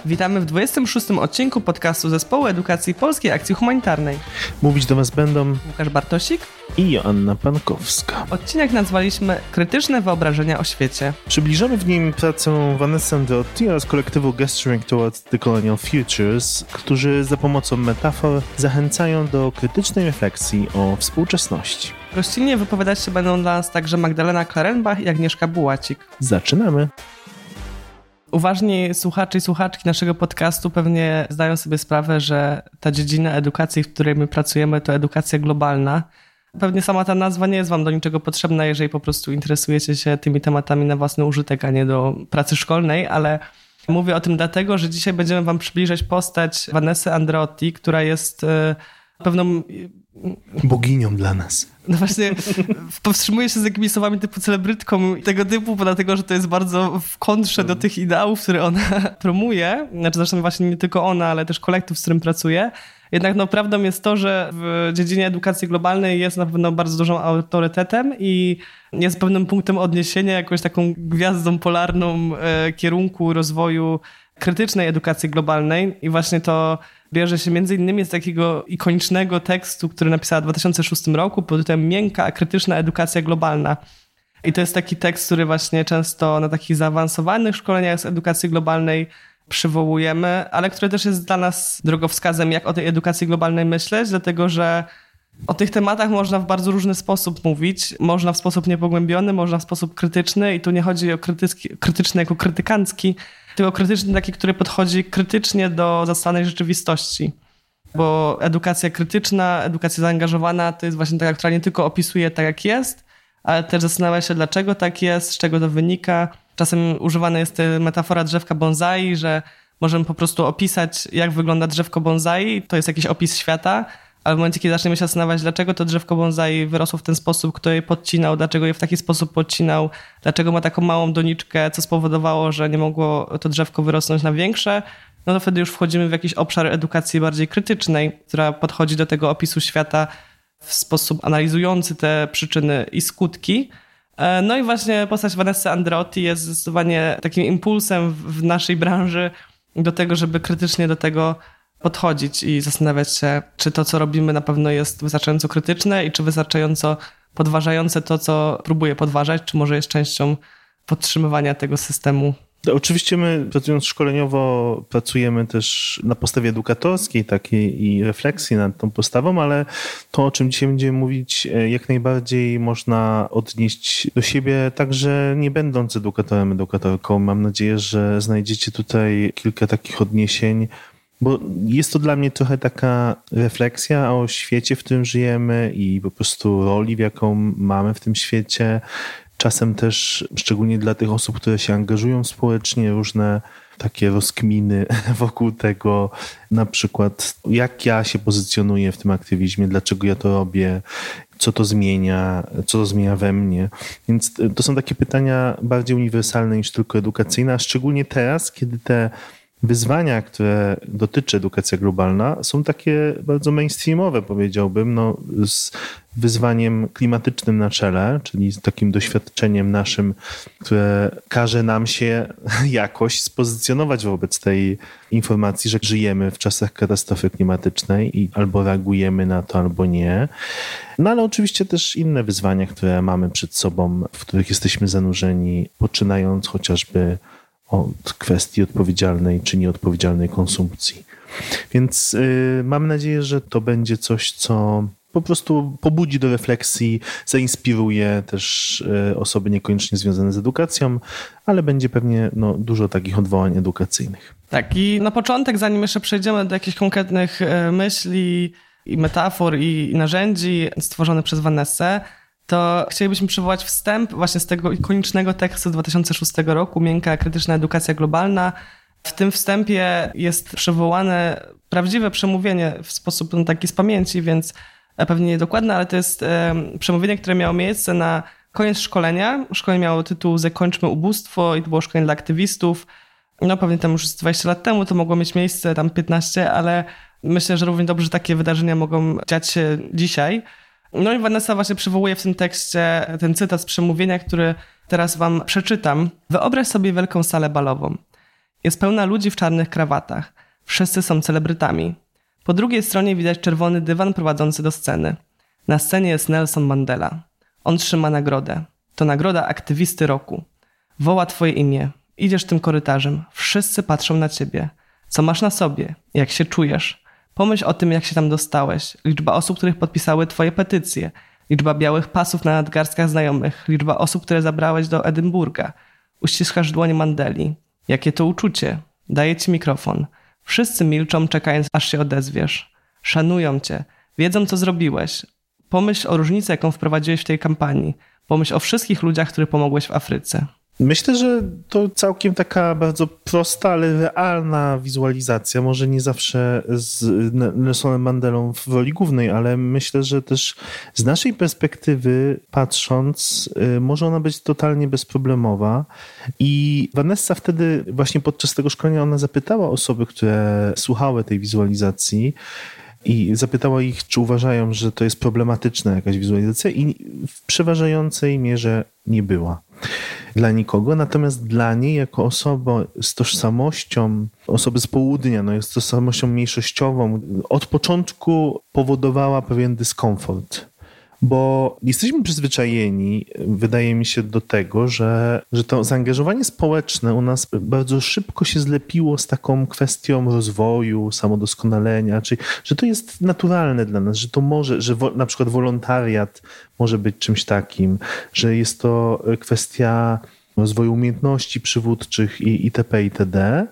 Witamy w 26. odcinku podcastu Zespołu Edukacji Polskiej Akcji Humanitarnej. Mówić do Was będą Łukasz Bartosik i Joanna Pankowska. Odcinek nazwaliśmy Krytyczne wyobrażenia o świecie. Przybliżamy w nim pracę Vanessy Andreotti oraz kolektywu Gesturing Towards the Colonial Futures, którzy za pomocą metafor zachęcają do krytycznej refleksji o współczesności. Gościnnie wypowiadać się będą dla nas także Magdalena Klarenbach i Agnieszka Bułacik. Zaczynamy! Uważni słuchacze i słuchaczki naszego podcastu pewnie zdają sobie sprawę, że ta dziedzina edukacji, w której my pracujemy, to edukacja globalna. Pewnie sama ta nazwa nie jest wam do niczego potrzebna, jeżeli po prostu interesujecie się tymi tematami na własny użytek, a nie do pracy szkolnej, ale mówię o tym dlatego, że dzisiaj będziemy wam przybliżać postać Vanessy Andreotti, która jest pewną boginią dla nas. No właśnie, powstrzymuję się z jakimiś słowami typu celebrytką tego typu, dlatego że to jest bardzo w kontrze do tych ideałów, które ona promuje. Znaczy zresztą właśnie nie tylko ona, ale też kolektyw, z którym pracuje. Jednak no, prawdą jest to, że w dziedzinie edukacji globalnej jest na pewno bardzo dużym autorytetem i jest pewnym punktem odniesienia, jakąś taką gwiazdą polarną kierunku rozwoju krytycznej edukacji globalnej i właśnie to bierze się między innymi z takiego ikonicznego tekstu, który napisała w 2006 roku pod tytułem Miękka a krytyczna edukacja globalna. I to jest taki tekst, który właśnie często na takich zaawansowanych szkoleniach z edukacji globalnej przywołujemy, ale który też jest dla nas drogowskazem, jak o tej edukacji globalnej myśleć, dlatego że o tych tematach można w bardzo różny sposób mówić. Można w sposób niepogłębiony, można w sposób krytyczny i tu nie chodzi o krytyczny jako krytykancki, tylko krytyczny taki, który podchodzi krytycznie do zastanej rzeczywistości. Bo edukacja krytyczna, edukacja zaangażowana to jest właśnie taka, która nie tylko opisuje tak jak jest, ale też zastanawia się dlaczego tak jest, z czego to wynika. Czasem używana jest metafora drzewka bonsai, że możemy po prostu opisać jak wygląda drzewko bonsai, to jest jakiś opis świata, ale w momencie, kiedy zaczniemy się zastanawiać, dlaczego to drzewko bonsai wyrosło w ten sposób, kto je podcinał, dlaczego je w taki sposób podcinał, dlaczego ma taką małą doniczkę, co spowodowało, że nie mogło to drzewko wyrosnąć na większe, no to wtedy już wchodzimy w jakiś obszar edukacji bardziej krytycznej, która podchodzi do tego opisu świata w sposób analizujący te przyczyny i skutki. No i właśnie postać Vanessy Andreotti jest zdecydowanie takim impulsem w naszej branży do tego, żeby krytycznie do tego podchodzić i zastanawiać się, czy to, co robimy, na pewno jest wystarczająco krytyczne i czy wystarczająco podważające to, co próbuje podważać, czy może jest częścią podtrzymywania tego systemu. Oczywiście my, pracując szkoleniowo, pracujemy też na podstawie edukatorskiej takiej i refleksji nad tą postawą, ale to, o czym dzisiaj będziemy mówić, jak najbardziej można odnieść do siebie, także nie będąc edukatorem, edukatorką. Mam nadzieję, że znajdziecie tutaj kilka takich odniesień, bo jest to dla mnie trochę taka refleksja o świecie, w którym żyjemy i po prostu roli, w jaką mamy w tym świecie. Czasem też, szczególnie dla tych osób, które się angażują społecznie, różne takie rozkminy wokół tego, na przykład jak ja się pozycjonuję w tym aktywizmie, dlaczego ja to robię, co to zmienia we mnie. Więc to są takie pytania bardziej uniwersalne niż tylko edukacyjne, a szczególnie teraz, kiedy te wyzwania, które dotyczy edukacja globalna, są takie bardzo mainstreamowe, powiedziałbym, no, z wyzwaniem klimatycznym na czele, czyli z takim doświadczeniem naszym, które każe nam się jakoś spozycjonować wobec tej informacji, że żyjemy w czasach katastrofy klimatycznej i albo reagujemy na to, albo nie. No ale oczywiście też inne wyzwania, które mamy przed sobą, w których jesteśmy zanurzeni, poczynając chociażby od kwestii odpowiedzialnej czy nieodpowiedzialnej konsumpcji. Więc mam nadzieję, że to będzie coś, co po prostu pobudzi do refleksji, zainspiruje też osoby niekoniecznie związane z edukacją, ale będzie pewnie dużo takich odwołań edukacyjnych. Tak, i na początek, zanim jeszcze przejdziemy do jakichś konkretnych myśli i metafor i narzędzi stworzonych przez Vanessę, to chcielibyśmy przywołać wstęp właśnie z tego ikonicznego tekstu 2006 roku, Miękka krytyczna edukacja globalna. W tym wstępie jest przywołane prawdziwe przemówienie w sposób taki z pamięci, więc pewnie niedokładne, ale to jest przemówienie, które miało miejsce na koniec szkolenia. Szkolenie miało tytuł Zakończmy ubóstwo i to było szkolenie dla aktywistów. No pewnie tam już 20 lat temu to mogło mieć miejsce, tam 15, ale myślę, że równie dobrze takie wydarzenia mogą dziać się dzisiaj. No i Vanessa właśnie przywołuje w tym tekście ten cytat z przemówienia, który teraz wam przeczytam. Wyobraź sobie wielką salę balową. Jest pełna ludzi w czarnych krawatach. Wszyscy są celebrytami. Po drugiej stronie widać czerwony dywan prowadzący do sceny. Na scenie jest Nelson Mandela. On trzyma nagrodę. To nagroda aktywisty roku. Woła twoje imię. Idziesz tym korytarzem. Wszyscy patrzą na ciebie. Co masz na sobie? Jak się czujesz? Pomyśl o tym, jak się tam dostałeś. Liczba osób, których podpisały twoje petycje. Liczba białych pasów na nadgarstkach znajomych. Liczba osób, które zabrałeś do Edynburga. Uściskasz dłoń Mandeli. Jakie to uczucie? Daję ci mikrofon. Wszyscy milczą, czekając, aż się odezwiesz. Szanują cię. Wiedzą, co zrobiłeś. Pomyśl o różnicy, jaką wprowadziłeś w tej kampanii. Pomyśl o wszystkich ludziach, których pomogłeś w Afryce. Myślę, że to całkiem taka bardzo prosta, ale realna wizualizacja. Może nie zawsze z Nelsonem Mandelą w roli głównej, ale myślę, że też z naszej perspektywy patrząc, może ona być totalnie bezproblemowa. I Vanessa wtedy właśnie podczas tego szkolenia ona zapytała osoby, które słuchały tej wizualizacji, i zapytała ich, czy uważają, że to jest problematyczna jakaś wizualizacja, i w przeważającej mierze nie była dla nikogo. Natomiast dla niej, jako osoba z tożsamością, osoby z południa, no jest tożsamością mniejszościową, od początku powodowała pewien dyskomfort. Bo jesteśmy przyzwyczajeni, wydaje mi się, do tego, że to zaangażowanie społeczne u nas bardzo szybko się zlepiło z taką kwestią rozwoju, samodoskonalenia, czyli że to jest naturalne dla nas, że to może, że na przykład wolontariat może być czymś takim, że jest to kwestia rozwoju umiejętności przywódczych itp. itd.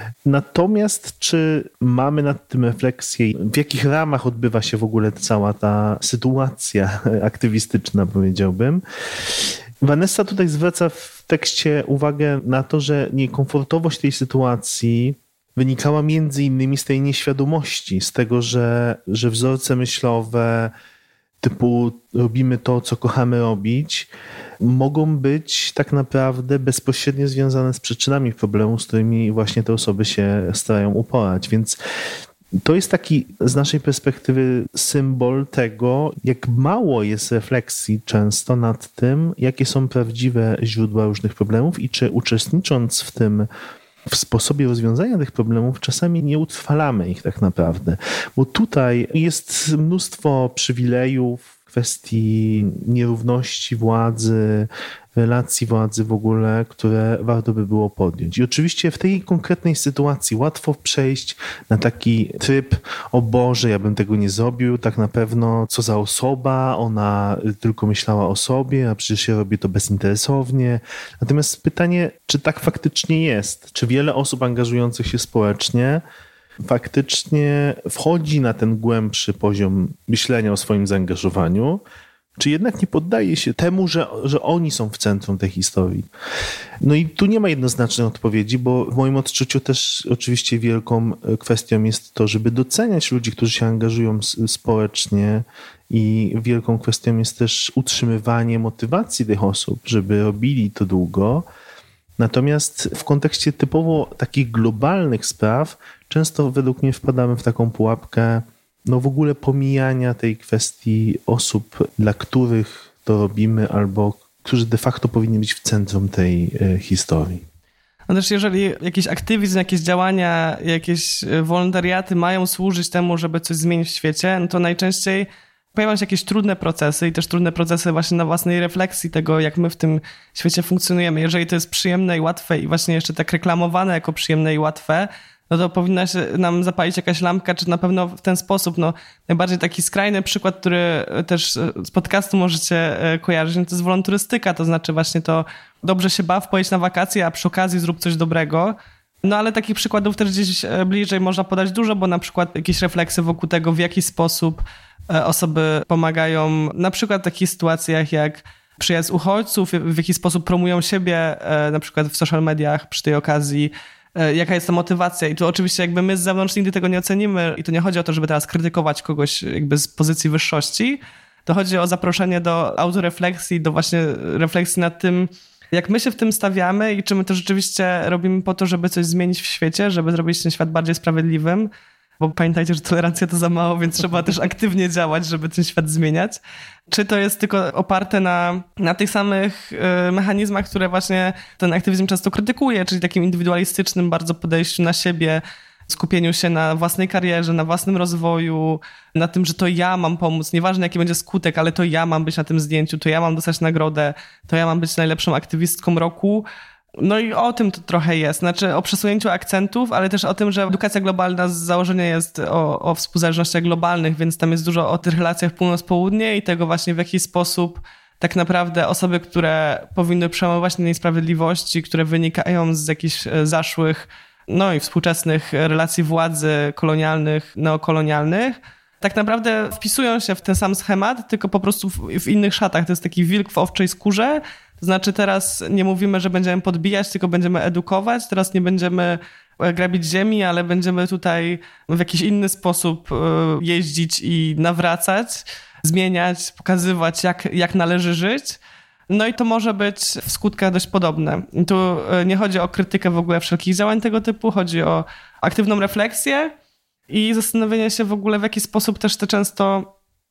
Natomiast czy mamy nad tym refleksję, w jakich ramach odbywa się w ogóle cała ta sytuacja aktywistyczna, powiedziałbym. Vanessa tutaj zwraca w tekście uwagę na to, że niekomfortowość tej sytuacji wynikała między innymi z tej nieświadomości, z tego, że wzorce myślowe typu robimy to, co kochamy robić, mogą być tak naprawdę bezpośrednio związane z przyczynami problemu, z którymi właśnie te osoby się starają uporać. Więc to jest taki z naszej perspektywy symbol tego, jak mało jest refleksji często nad tym, jakie są prawdziwe źródła różnych problemów i czy uczestnicząc w tym, w sposobie rozwiązania tych problemów czasami nie utrwalamy ich tak naprawdę. Bo tutaj jest mnóstwo przywilejów, kwestii nierówności władzy, relacji władzy w ogóle, które warto by było podjąć. I oczywiście w tej konkretnej sytuacji łatwo przejść na taki tryb, o Boże, ja bym tego nie zrobił, tak na pewno, co za osoba, ona tylko myślała o sobie, a przecież ja robię to bezinteresownie. Natomiast pytanie, czy tak faktycznie jest? Czy wiele osób angażujących się społecznie faktycznie wchodzi na ten głębszy poziom myślenia o swoim zaangażowaniu, czy jednak nie poddaje się temu, że oni są w centrum tej historii? No i tu nie ma jednoznacznej odpowiedzi, bo w moim odczuciu też oczywiście wielką kwestią jest to, żeby doceniać ludzi, którzy się angażują społecznie, i wielką kwestią jest też utrzymywanie motywacji tych osób, żeby robili to długo. Natomiast w kontekście typowo takich globalnych spraw często według mnie wpadamy w taką pułapkę w ogóle pomijania tej kwestii osób, dla których to robimy, albo którzy de facto powinni być w centrum tej historii. No też jeżeli jakiś aktywizm, jakieś działania, jakieś wolontariaty mają służyć temu, żeby coś zmienić w świecie, no to najczęściej pojawiają się jakieś trudne procesy i też trudne procesy właśnie na własnej refleksji tego, jak my w tym świecie funkcjonujemy. Jeżeli to jest przyjemne i łatwe i właśnie jeszcze tak reklamowane jako przyjemne i łatwe, no to powinna się nam zapalić jakaś lampka, czy na pewno w ten sposób. Najbardziej taki skrajny przykład, który też z podcastu możecie kojarzyć, to jest wolonturystyka, to znaczy właśnie to dobrze się baw, pojedź na wakacje, a przy okazji zrób coś dobrego. No ale takich przykładów też gdzieś bliżej można podać dużo, bo na przykład jakieś refleksje wokół tego, w jaki sposób osoby pomagają, na przykład w takich sytuacjach jak przyjazd uchodźców, w jaki sposób promują siebie, na przykład w social mediach przy tej okazji, jaka jest ta motywacja. I tu oczywiście jakby my z zewnątrz nigdy tego nie ocenimy i to nie chodzi o to, żeby teraz krytykować kogoś jakby z pozycji wyższości. To chodzi o zaproszenie do autorefleksji, do właśnie refleksji nad tym, jak my się w tym stawiamy i czy my to rzeczywiście robimy po to, żeby coś zmienić w świecie, żeby zrobić ten świat bardziej sprawiedliwym. bo pamiętajcie, że tolerancja to za mało, więc trzeba też aktywnie działać, żeby ten świat zmieniać. Czy to jest tylko oparte na tych samych mechanizmach, które właśnie ten aktywizm często krytykuje, czyli takim indywidualistycznym bardzo podejściu na siebie, skupieniu się na własnej karierze, na własnym rozwoju, na tym, że to ja mam pomóc, nieważne jaki będzie skutek, ale to ja mam być na tym zdjęciu, to ja mam dostać nagrodę, to ja mam być najlepszą aktywistką roku. No i o tym to trochę jest, znaczy o przesunięciu akcentów, ale też o tym, że edukacja globalna z założenia jest o współzależnościach globalnych, więc tam jest dużo o tych relacjach północ-południe i tego właśnie w jaki sposób tak naprawdę osoby, które powinny przełamywać niesprawiedliwości, które wynikają z jakichś zaszłych, no i współczesnych relacji władzy kolonialnych, neokolonialnych, tak naprawdę wpisują się w ten sam schemat, tylko po prostu w innych szatach. To jest taki wilk w owczej skórze. To znaczy teraz nie mówimy, że będziemy podbijać, tylko będziemy edukować. Teraz nie będziemy grabić ziemi, ale będziemy tutaj w jakiś inny sposób jeździć i nawracać, zmieniać, pokazywać, jak należy żyć. No i to może być w skutkach dość podobne. I tu nie chodzi o krytykę w ogóle wszelkich działań tego typu, chodzi o aktywną refleksję i zastanowienie się w ogóle, w jaki sposób też te często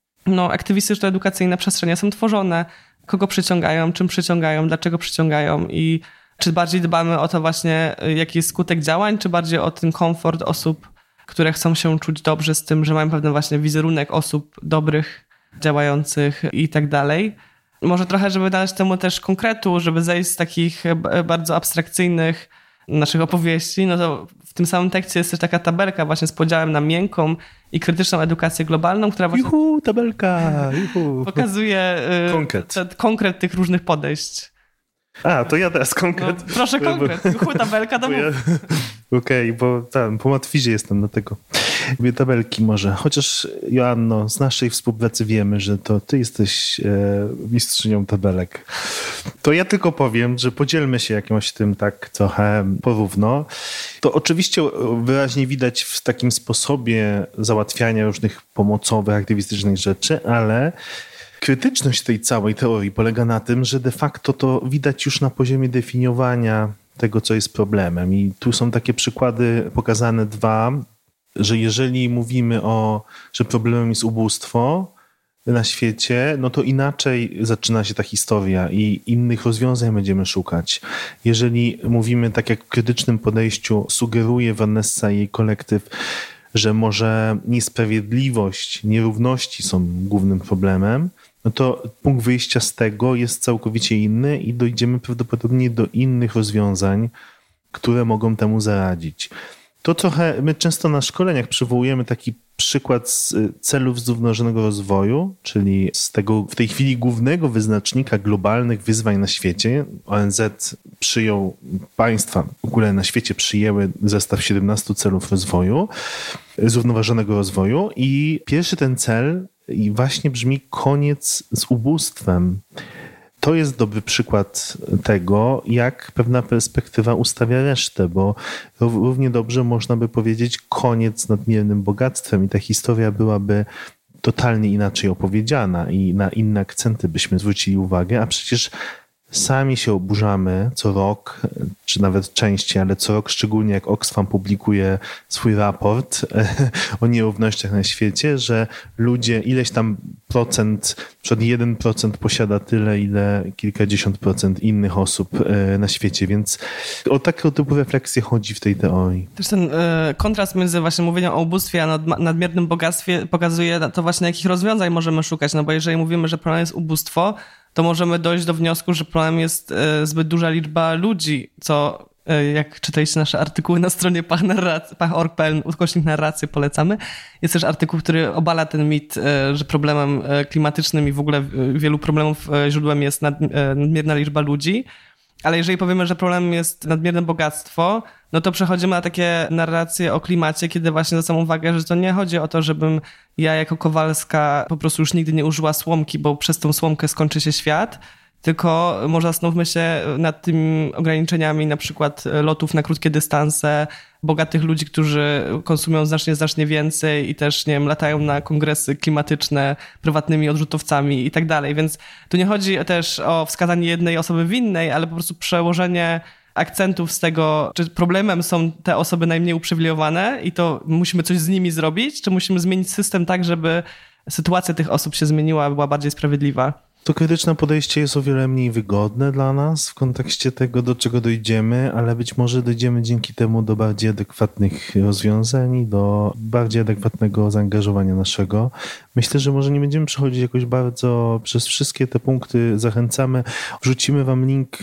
aktywistyczno-edukacyjne przestrzenie są tworzone, kogo przyciągają, czym przyciągają, dlaczego przyciągają i czy bardziej dbamy o to właśnie, jaki jest skutek działań, czy bardziej o ten komfort osób, które chcą się czuć dobrze z tym, że mają pewien właśnie wizerunek osób dobrych, działających i tak dalej. Może trochę, żeby dać temu też konkretu, żeby zejść z takich bardzo abstrakcyjnych naszych opowieści, no to w tym samym tekście jest też taka tabelka właśnie z podziałem na miękką i krytyczną edukację globalną, która właśnie tabelka! pokazuje konkret tych różnych podejść. To ja teraz konkret. No, proszę konkret. Tabelka do Okej, bo po matwizie jestem do tego. Lubię tabelki może. Chociaż Joanno, z naszej współpracy wiemy, że to ty jesteś mistrzynią tabelek. To ja tylko powiem, że podzielmy się jakimś tym tak trochę porówno. To oczywiście wyraźnie widać w takim sposobie załatwiania różnych pomocowych, aktywistycznych rzeczy, ale krytyczność tej całej teorii polega na tym, że de facto to widać już na poziomie definiowania tego, co jest problemem. I tu są takie przykłady pokazane dwa, że jeżeli mówimy że problemem jest ubóstwo na świecie, no to inaczej zaczyna się ta historia i innych rozwiązań będziemy szukać. Jeżeli mówimy, tak jak w krytycznym podejściu sugeruje Vanessa i jej kolektyw, że może niesprawiedliwość, nierówności są głównym problemem, no to punkt wyjścia z tego jest całkowicie inny i dojdziemy prawdopodobnie do innych rozwiązań, które mogą temu zaradzić. To trochę, my często na szkoleniach przywołujemy taki przykład z celów zrównoważonego rozwoju, czyli z tego w tej chwili głównego wyznacznika globalnych wyzwań na świecie. ONZ państwa w ogóle na świecie przyjęły zestaw 17 celów rozwoju, zrównoważonego rozwoju i pierwszy ten cel i właśnie brzmi koniec z ubóstwem. To jest dobry przykład tego, jak pewna perspektywa ustawia resztę, bo równie dobrze można by powiedzieć koniec z nadmiernym bogactwem i ta historia byłaby totalnie inaczej opowiedziana i na inne akcenty byśmy zwrócili uwagę, a przecież sami się oburzamy co rok, czy nawet częściej, ale co rok, szczególnie jak Oxfam publikuje swój raport o nierównościach na świecie, że ludzie, ileś tam procent, przed 1% posiada tyle, ile kilkadziesiąt procent innych osób na świecie, więc o takiego typu refleksję chodzi w tej teorii. Też ten kontrast między właśnie mówieniem o ubóstwie a nadmiernym bogactwie pokazuje to właśnie, jakich rozwiązań możemy szukać, no bo jeżeli mówimy, że problem jest ubóstwo, to możemy dojść do wniosku, że problem jest zbyt duża liczba ludzi, co jak czytaliście nasze artykuły na stronie pach.org.pl/narracje polecamy. Jest też artykuł, który obala ten mit, że problemem klimatycznym i w ogóle wielu problemów źródłem jest nadmierna liczba ludzi. Ale jeżeli powiemy, że problemem jest nadmierne bogactwo, no to przechodzimy na takie narracje o klimacie, kiedy właśnie zwracam uwagę, że to nie chodzi o to, żebym ja jako Kowalska po prostu już nigdy nie użyła słomki, bo przez tą słomkę skończy się świat, tylko może zastanówmy się nad tymi ograniczeniami na przykład lotów na krótkie dystanse, bogatych ludzi, którzy konsumują znacznie więcej i też, nie wiem, latają na kongresy klimatyczne prywatnymi odrzutowcami i tak dalej. Więc tu nie chodzi też o wskazanie jednej osoby winnej, ale po prostu przełożenie akcentów z tego, czy problemem są te osoby najmniej uprzywilejowane i to musimy coś z nimi zrobić, czy musimy zmienić system tak, żeby sytuacja tych osób się zmieniła, była bardziej sprawiedliwa. To krytyczne podejście jest o wiele mniej wygodne dla nas w kontekście tego, do czego dojdziemy, ale być może dojdziemy dzięki temu do bardziej adekwatnych rozwiązań, do bardziej adekwatnego zaangażowania naszego. Myślę, że może nie będziemy przechodzić jakoś bardzo przez wszystkie te punkty. Zachęcamy. Wrzucimy wam link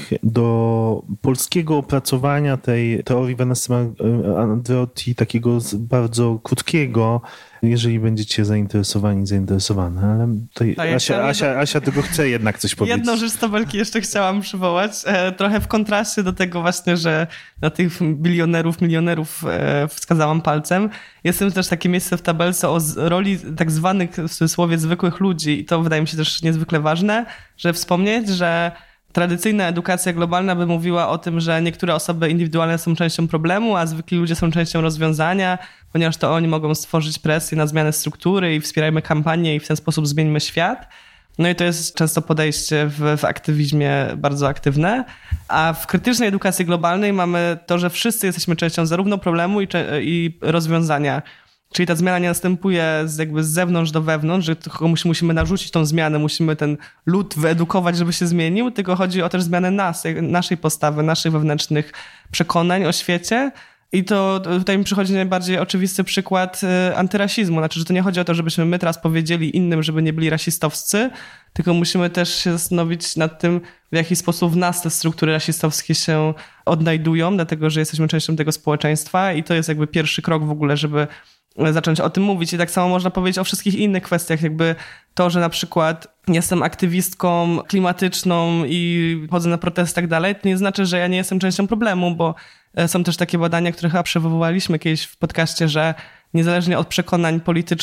do polskiego opracowania tej teorii Vanessy Andreotti, takiego bardzo krótkiego, jeżeli będziecie zainteresowane, ale tutaj Asia tylko chce jednak coś powiedzieć. Jedną rzecz z tabelki jeszcze chciałam przywołać, trochę w kontraście do tego właśnie, że na tych milionerów wskazałam palcem. Jest też takie miejsce w tabelce o roli tak zwanych w cudzysłowie zwykłych ludzi i to wydaje mi się też niezwykle ważne, że wspomnieć, że tradycyjna edukacja globalna by mówiła o tym, że niektóre osoby indywidualne są częścią problemu, a zwykli ludzie są częścią rozwiązania, ponieważ to oni mogą stworzyć presję na zmianę struktury i wspierajmy kampanię i w ten sposób zmieńmy świat. No i to jest często podejście w aktywizmie bardzo aktywne. A w krytycznej edukacji globalnej mamy to, że wszyscy jesteśmy częścią zarówno problemu i rozwiązania. Czyli ta zmiana nie następuje z zewnątrz do wewnątrz, że komuś musimy narzucić tą zmianę, musimy ten lud wyedukować, żeby się zmienił, tylko chodzi o też zmianę naszej postawy, naszych wewnętrznych przekonań o świecie. I to tutaj mi przychodzi najbardziej oczywisty przykład antyrasizmu. Znaczy, że to nie chodzi o to, żebyśmy my teraz powiedzieli innym, żeby nie byli rasistowscy, tylko musimy też się zastanowić nad tym, w jaki sposób w nas te struktury rasistowskie się odnajdują, dlatego że jesteśmy częścią tego społeczeństwa i to jest jakby pierwszy krok w ogóle, żeby zacząć o tym mówić. I tak samo można powiedzieć o wszystkich innych kwestiach, jakby to, że na przykład jestem aktywistką klimatyczną i chodzę na protesty i tak dalej, to nie znaczy, że ja nie jestem częścią problemu, bo są też takie badania, które chyba przywoływaliśmy kiedyś w podcaście, że niezależnie od przekonań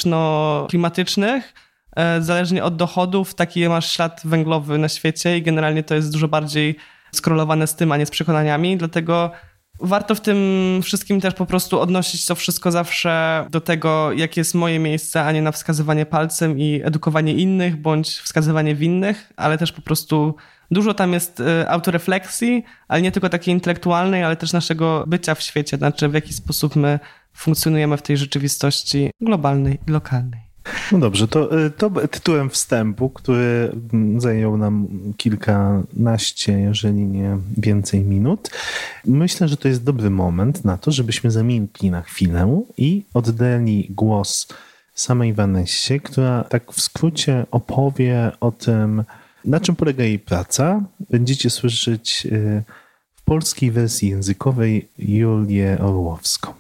polityczno-klimatycznych, zależnie od dochodów, taki masz ślad węglowy na świecie i generalnie to jest dużo bardziej skorelowane z tym, a nie z przekonaniami, dlatego warto w tym wszystkim też po prostu odnosić to wszystko zawsze do tego, jakie jest moje miejsce, a nie na wskazywanie palcem i edukowanie innych, bądź wskazywanie winnych, ale też po prostu dużo tam jest autorefleksji, ale nie tylko takiej intelektualnej, ale też naszego bycia w świecie, znaczy w jaki sposób my funkcjonujemy w tej rzeczywistości globalnej i lokalnej. No dobrze, to tytułem wstępu, który zajął nam kilkanaście, jeżeli nie więcej minut. Myślę, że to jest dobry moment na to, żebyśmy zamilkli na chwilę i oddali głos samej Vanessie, która tak w skrócie opowie o tym, na czym polega jej praca. Będziecie słyszeć w polskiej wersji językowej Julię Orłowską.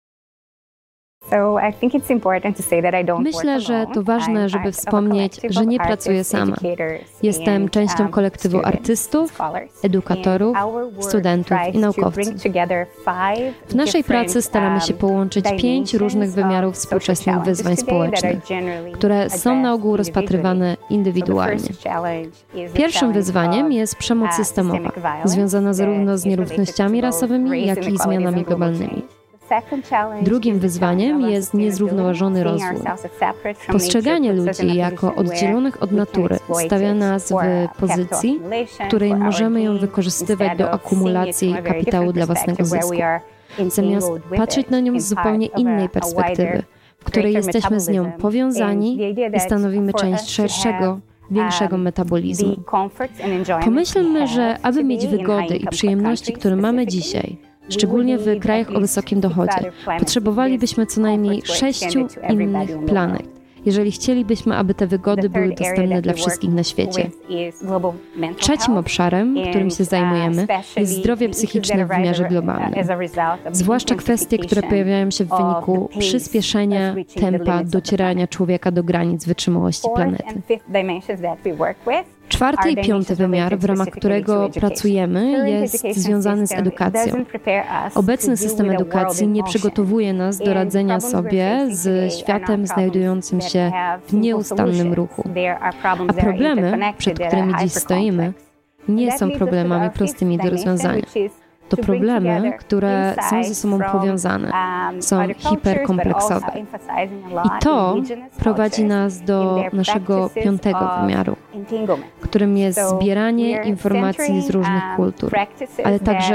Myślę, że to ważne, żeby wspomnieć, że nie pracuję sama. Jestem częścią kolektywu artystów, edukatorów, studentów i naukowców. W naszej pracy staramy się połączyć 5 różnych wymiarów współczesnych wyzwań społecznych, które są na ogół rozpatrywane indywidualnie. Pierwszym wyzwaniem jest przemoc systemowa, związana zarówno z nierównościami rasowymi, jak i zmianami globalnymi. Drugim wyzwaniem jest niezrównoważony rozwój. Postrzeganie ludzi jako oddzielonych od natury stawia nas w pozycji, w której możemy ją wykorzystywać do akumulacji kapitału dla własnego zysku, zamiast patrzeć na nią z zupełnie innej perspektywy, w której jesteśmy z nią powiązani i stanowimy część szerszego, większego metabolizmu. Pomyślmy, że aby mieć wygody i przyjemności, które mamy dzisiaj, szczególnie w krajach o wysokim dochodzie, potrzebowalibyśmy co najmniej 6 innych planet, jeżeli chcielibyśmy, aby te wygody były dostępne dla wszystkich na świecie. Trzecim obszarem, którym się zajmujemy, jest zdrowie psychiczne w wymiarze globalnym, zwłaszcza kwestie, które pojawiają się w wyniku przyspieszenia tempa docierania człowieka do granic wytrzymałości planety. Czwarty i piąty wymiar, w ramach którego pracujemy, jest związany z edukacją. Obecny system edukacji nie przygotowuje nas do radzenia sobie z światem znajdującym się w nieustannym ruchu. A problemy, przed którymi dziś stoimy, nie są problemami prostymi do rozwiązania. To problemy, które są ze sobą powiązane, są hiperkompleksowe. I to prowadzi nas do naszego piątego wymiaru, którym jest zbieranie informacji z różnych kultur, ale także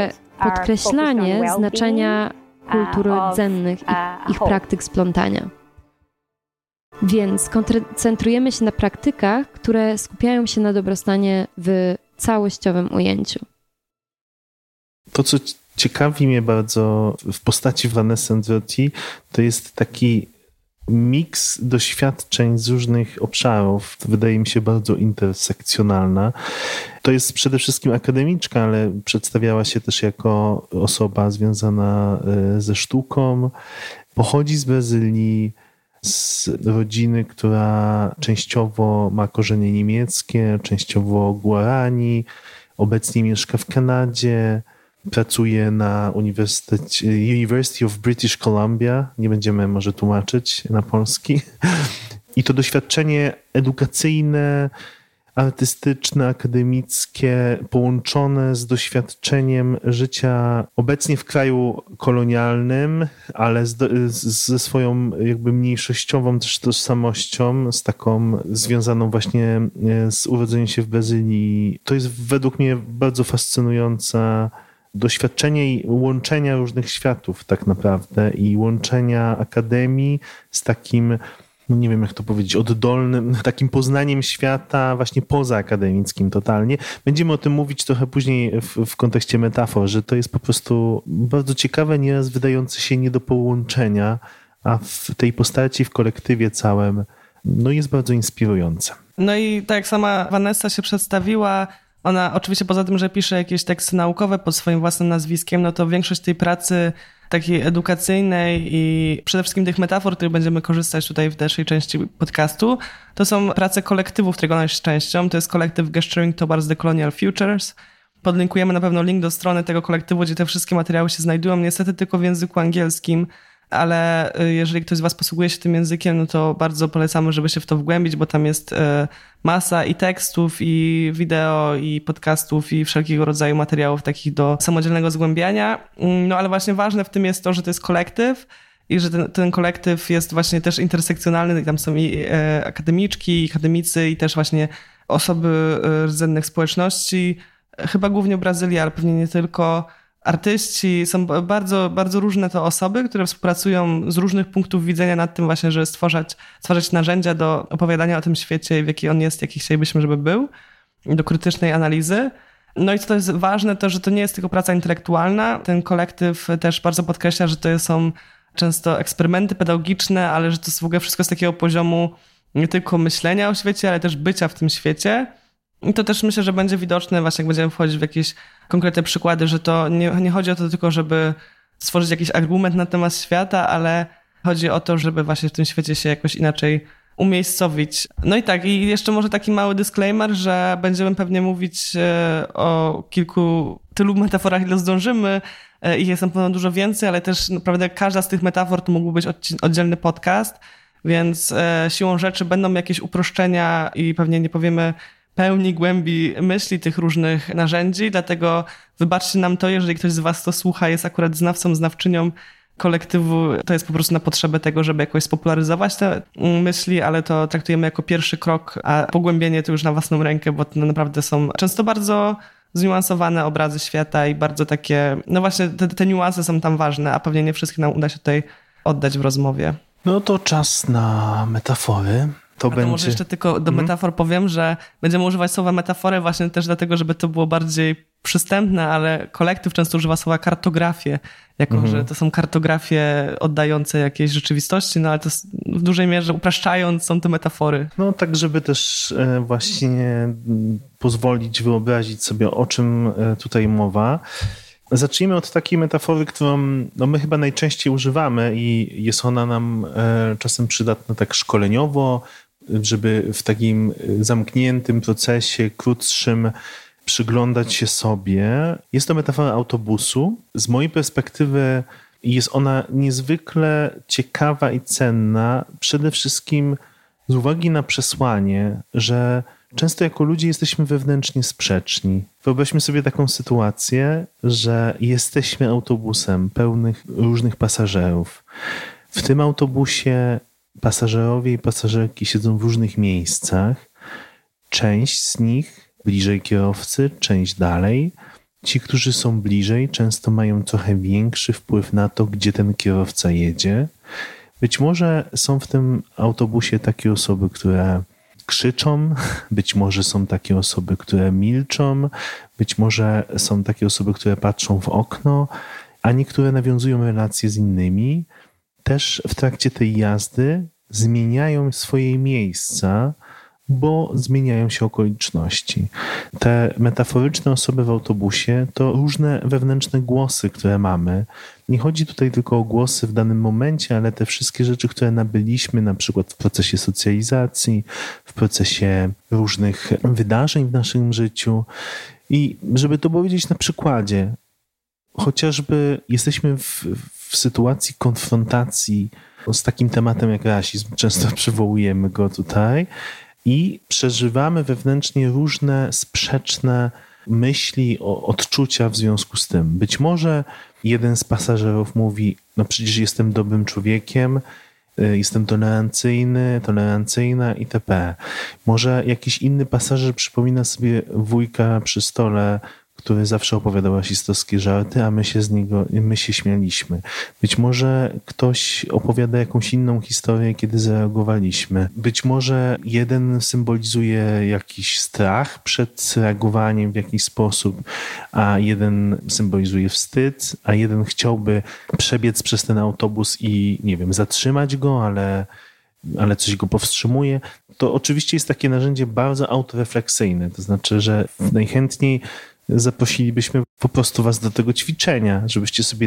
podkreślanie znaczenia kultur rdzennych i ich praktyk splątania. Więc koncentrujemy się na praktykach, które skupiają się na dobrostanie w całościowym ujęciu. To, co ciekawi mnie bardzo w postaci Vanessy Andreotti, to jest taki miks doświadczeń z różnych obszarów. Wydaje mi się bardzo intersekcjonalna. To jest przede wszystkim akademiczka, ale przedstawiała się też jako osoba związana ze sztuką. Pochodzi z Brazylii, z rodziny, która częściowo ma korzenie niemieckie, częściowo Guarani. Obecnie mieszka w Kanadzie. Pracuje na University of British Columbia. Nie będziemy może tłumaczyć na polski. I to doświadczenie edukacyjne, artystyczne, akademickie, połączone z doświadczeniem życia obecnie w kraju kolonialnym, ale ze swoją jakby mniejszościową też tożsamością, z taką związaną właśnie z urodzeniem się w Brazylii. To jest według mnie bardzo fascynująca doświadczenie i łączenia różnych światów tak naprawdę i łączenia akademii z takim, no nie wiem jak to powiedzieć, oddolnym, takim poznaniem świata właśnie pozaakademickim totalnie. Będziemy o tym mówić trochę później w kontekście metafor, że to jest po prostu bardzo ciekawe, nieraz wydające się nie do połączenia, a w tej postaci, w kolektywie całym, no jest bardzo inspirujące. No i tak jak sama Vanessa się przedstawiła, ona oczywiście poza tym, że pisze jakieś teksty naukowe pod swoim własnym nazwiskiem, no to większość tej pracy takiej edukacyjnej i przede wszystkim tych metafor, których będziemy korzystać tutaj w dalszej części podcastu, to są prace kolektywów, którego ona jest częścią. To jest kolektyw Gesturing Towards the Colonial Futures. Podlinkujemy na pewno link do strony tego kolektywu, gdzie te wszystkie materiały się znajdują. Niestety tylko w języku angielskim, ale jeżeli ktoś z was posługuje się tym językiem, no to bardzo polecamy, żeby się w to wgłębić, bo tam jest masa i tekstów, i wideo, i podcastów, i wszelkiego rodzaju materiałów takich do samodzielnego zgłębiania. No ale właśnie ważne w tym jest to, że to jest kolektyw i że ten kolektyw jest właśnie też intersekcjonalny i tam są i akademiczki, i akademicy, i też właśnie osoby rdzennych społeczności, chyba głównie w Brazylii, ale pewnie nie tylko. Artyści, są bardzo, bardzo różne to osoby, które współpracują z różnych punktów widzenia nad tym właśnie, żeby stwarzać narzędzia do opowiadania o tym świecie, w jaki on jest, jaki chcielibyśmy, żeby był, do krytycznej analizy. No i co to jest ważne, to że to nie jest tylko praca intelektualna. Ten kolektyw też bardzo podkreśla, że to są często eksperymenty pedagogiczne, ale że to jest w ogóle wszystko z takiego poziomu nie tylko myślenia o świecie, ale też bycia w tym świecie. I to też myślę, że będzie widoczne właśnie jak będziemy wchodzić w jakieś konkretne przykłady, że to nie chodzi o to tylko, żeby stworzyć jakiś argument na temat świata, ale chodzi o to, żeby właśnie w tym świecie się jakoś inaczej umiejscowić. No i tak, i jeszcze może taki mały disclaimer, że będziemy pewnie mówić o tylu metaforach, ile zdążymy. Ich jest na pewno dużo więcej, ale też naprawdę każda z tych metafor to mógłby być oddzielny podcast, więc siłą rzeczy będą jakieś uproszczenia i pewnie nie powiemy pełni głębi myśli tych różnych narzędzi, dlatego wybaczcie nam to, jeżeli ktoś z was to słucha, jest akurat znawcą, znawczynią kolektywu, to jest po prostu na potrzebę tego, żeby jakoś spopularyzować te myśli, ale to traktujemy jako pierwszy krok, a pogłębienie to już na własną rękę, bo to naprawdę są często bardzo zniuansowane obrazy świata i bardzo takie, no właśnie te niuanse są tam ważne, a pewnie nie wszystkich nam uda się tutaj oddać w rozmowie. No to czas na metafory. To może jeszcze tylko do metafor powiem, że będziemy używać słowa metafory właśnie też dlatego, żeby to było bardziej przystępne, ale kolektyw często używa słowa kartografię, jako że to są kartografie oddające jakiejś rzeczywistości, no ale to w dużej mierze upraszczając są to metafory. No tak, żeby też właśnie pozwolić wyobrazić sobie, o czym tutaj mowa. Zacznijmy od takiej metafory, którą my chyba najczęściej używamy i jest ona nam czasem przydatna tak szkoleniowo, żeby w takim zamkniętym procesie, krótszym przyglądać się sobie. Jest to metafora autobusu. Z mojej perspektywy jest ona niezwykle ciekawa i cenna, przede wszystkim z uwagi na przesłanie, że często jako ludzie jesteśmy wewnętrznie sprzeczni. Wyobraźmy sobie taką sytuację, że jesteśmy autobusem pełnych różnych pasażerów. W tym autobusie pasażerowie i pasażerki siedzą w różnych miejscach. Część z nich bliżej kierowcy, część dalej. Ci, którzy są bliżej, często mają trochę większy wpływ na to, gdzie ten kierowca jedzie. Być może są w tym autobusie takie osoby, które krzyczą, być może są takie osoby, które milczą, być może są takie osoby, które patrzą w okno, a niektóre nawiązują relacje z innymi. Też w trakcie tej jazdy zmieniają swoje miejsca, bo zmieniają się okoliczności. Te metaforyczne osoby w autobusie to różne wewnętrzne głosy, które mamy. Nie chodzi tutaj tylko o głosy w danym momencie, ale te wszystkie rzeczy, które nabyliśmy na przykład w procesie socjalizacji, w procesie różnych wydarzeń w naszym życiu. I żeby to powiedzieć na przykładzie, chociażby jesteśmy w sytuacji konfrontacji z takim tematem jak rasizm, często przywołujemy go tutaj, i przeżywamy wewnętrznie różne sprzeczne myśli, odczucia w związku z tym. Być może jeden z pasażerów mówi, no przecież jestem dobrym człowiekiem, jestem tolerancyjna itp. Może jakiś inny pasażer przypomina sobie wujka przy stole, który zawsze opowiadał rasistowskie żarty, a my się śmialiśmy. Być może ktoś opowiada jakąś inną historię, kiedy zareagowaliśmy. Być może jeden symbolizuje jakiś strach przed reagowaniem w jakiś sposób, a jeden symbolizuje wstyd, a jeden chciałby przebiec przez ten autobus i, nie wiem, zatrzymać go, ale coś go powstrzymuje. To oczywiście jest takie narzędzie bardzo autorefleksyjne. To znaczy, że najchętniej zaprosilibyśmy po prostu was do tego ćwiczenia, żebyście sobie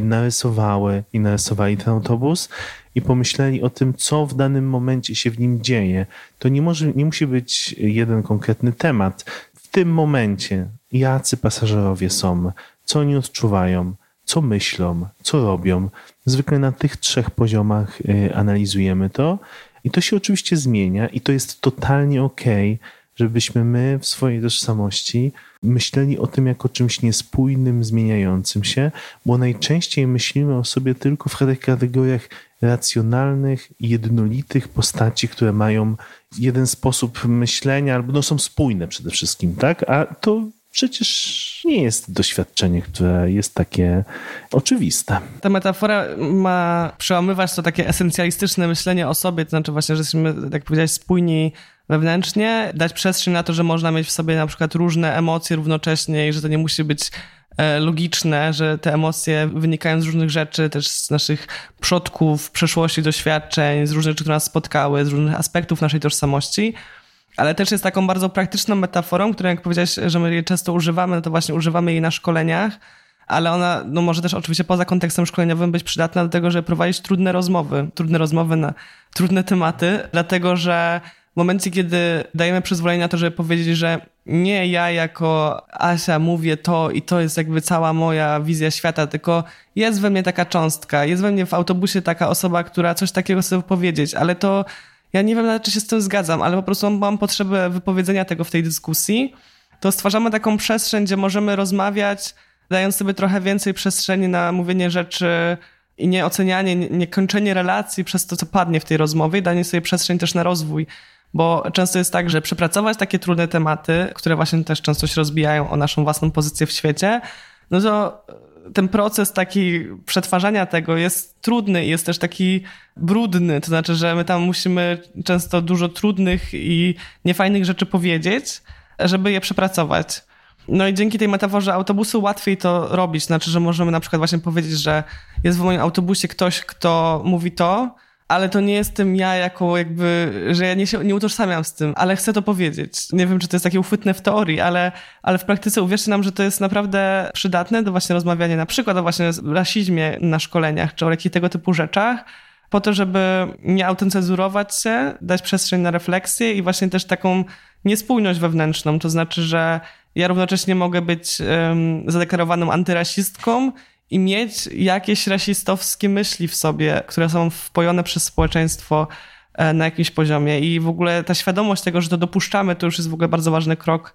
narysowali ten autobus i pomyśleli o tym, co w danym momencie się w nim dzieje. To nie musi być jeden konkretny temat. W tym momencie jacy pasażerowie są, co oni odczuwają, co myślą, co robią. Zwykle na tych 3 poziomach analizujemy to i to się oczywiście zmienia i to jest totalnie okej, żebyśmy my w swojej tożsamości myśleli o tym jako czymś niespójnym, zmieniającym się, bo najczęściej myślimy o sobie tylko w kategoriach racjonalnych, jednolitych postaci, które mają jeden sposób myślenia, albo są spójne przede wszystkim, tak? A to przecież nie jest doświadczenie, które jest takie oczywiste. Ta metafora ma przełamywać to takie esencjalistyczne myślenie o sobie, to znaczy właśnie, że jesteśmy, jak powiedziałeś, spójni wewnętrznie, dać przestrzeń na to, że można mieć w sobie na przykład różne emocje równocześnie i że to nie musi być logiczne, że te emocje wynikają z różnych rzeczy, też z naszych przodków, przeszłości, doświadczeń, z różnych rzeczy, które nas spotkały, z różnych aspektów naszej tożsamości. Ale też jest taką bardzo praktyczną metaforą, którą jak powiedziałeś, że my jej często używamy, no to właśnie używamy jej na szkoleniach, ale ona może też oczywiście poza kontekstem szkoleniowym być przydatna do tego, żeby prowadzić trudne rozmowy na trudne tematy, dlatego że w momencie, kiedy dajemy przyzwolenie na to, żeby powiedzieć, że nie ja jako Asia mówię to i to jest jakby cała moja wizja świata, tylko jest we mnie taka cząstka, jest we mnie w autobusie taka osoba, która coś takiego chce powiedzieć, ale to ja nie wiem nawet, czy się z tym zgadzam, ale po prostu mam potrzebę wypowiedzenia tego w tej dyskusji, to stwarzamy taką przestrzeń, gdzie możemy rozmawiać, dając sobie trochę więcej przestrzeni na mówienie rzeczy i nie ocenianie, nie kończenie relacji przez to, co padnie w tej rozmowie, danie sobie przestrzeń też na rozwój. Bo często jest tak, że przepracować takie trudne tematy, które właśnie też często się rozbijają o naszą własną pozycję w świecie, no to ten proces taki przetwarzania tego jest trudny i jest też taki brudny. To znaczy, że my tam musimy często dużo trudnych i niefajnych rzeczy powiedzieć, żeby je przepracować. No i dzięki tej metaforze autobusu łatwiej to robić. Znaczy, że możemy na przykład właśnie powiedzieć, że jest w moim autobusie ktoś, kto mówi to, ale to nie jestem ja jako jakby, że ja nie utożsamiam z tym, ale chcę to powiedzieć. Nie wiem, czy to jest takie uchwytne w teorii, ale w praktyce uwierzcie nam, że to jest naprawdę przydatne do właśnie rozmawiania na przykład o właśnie rasizmie na szkoleniach, czy o jakichś tego typu rzeczach, po to, żeby nie autocenzurować się, dać przestrzeń na refleksję i właśnie też taką niespójność wewnętrzną. To znaczy, że ja równocześnie mogę być zadeklarowaną antyrasistką i mieć jakieś rasistowskie myśli w sobie, które są wpojone przez społeczeństwo na jakimś poziomie. I w ogóle ta świadomość tego, że to dopuszczamy, to już jest w ogóle bardzo ważny krok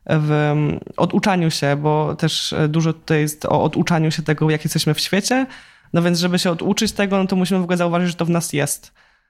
w oduczaniu się, bo też dużo tutaj jest o oduczaniu się tego, jak jesteśmy w świecie. No więc żeby się oduczyć tego, no to musimy w ogóle zauważyć, że to w nas jest.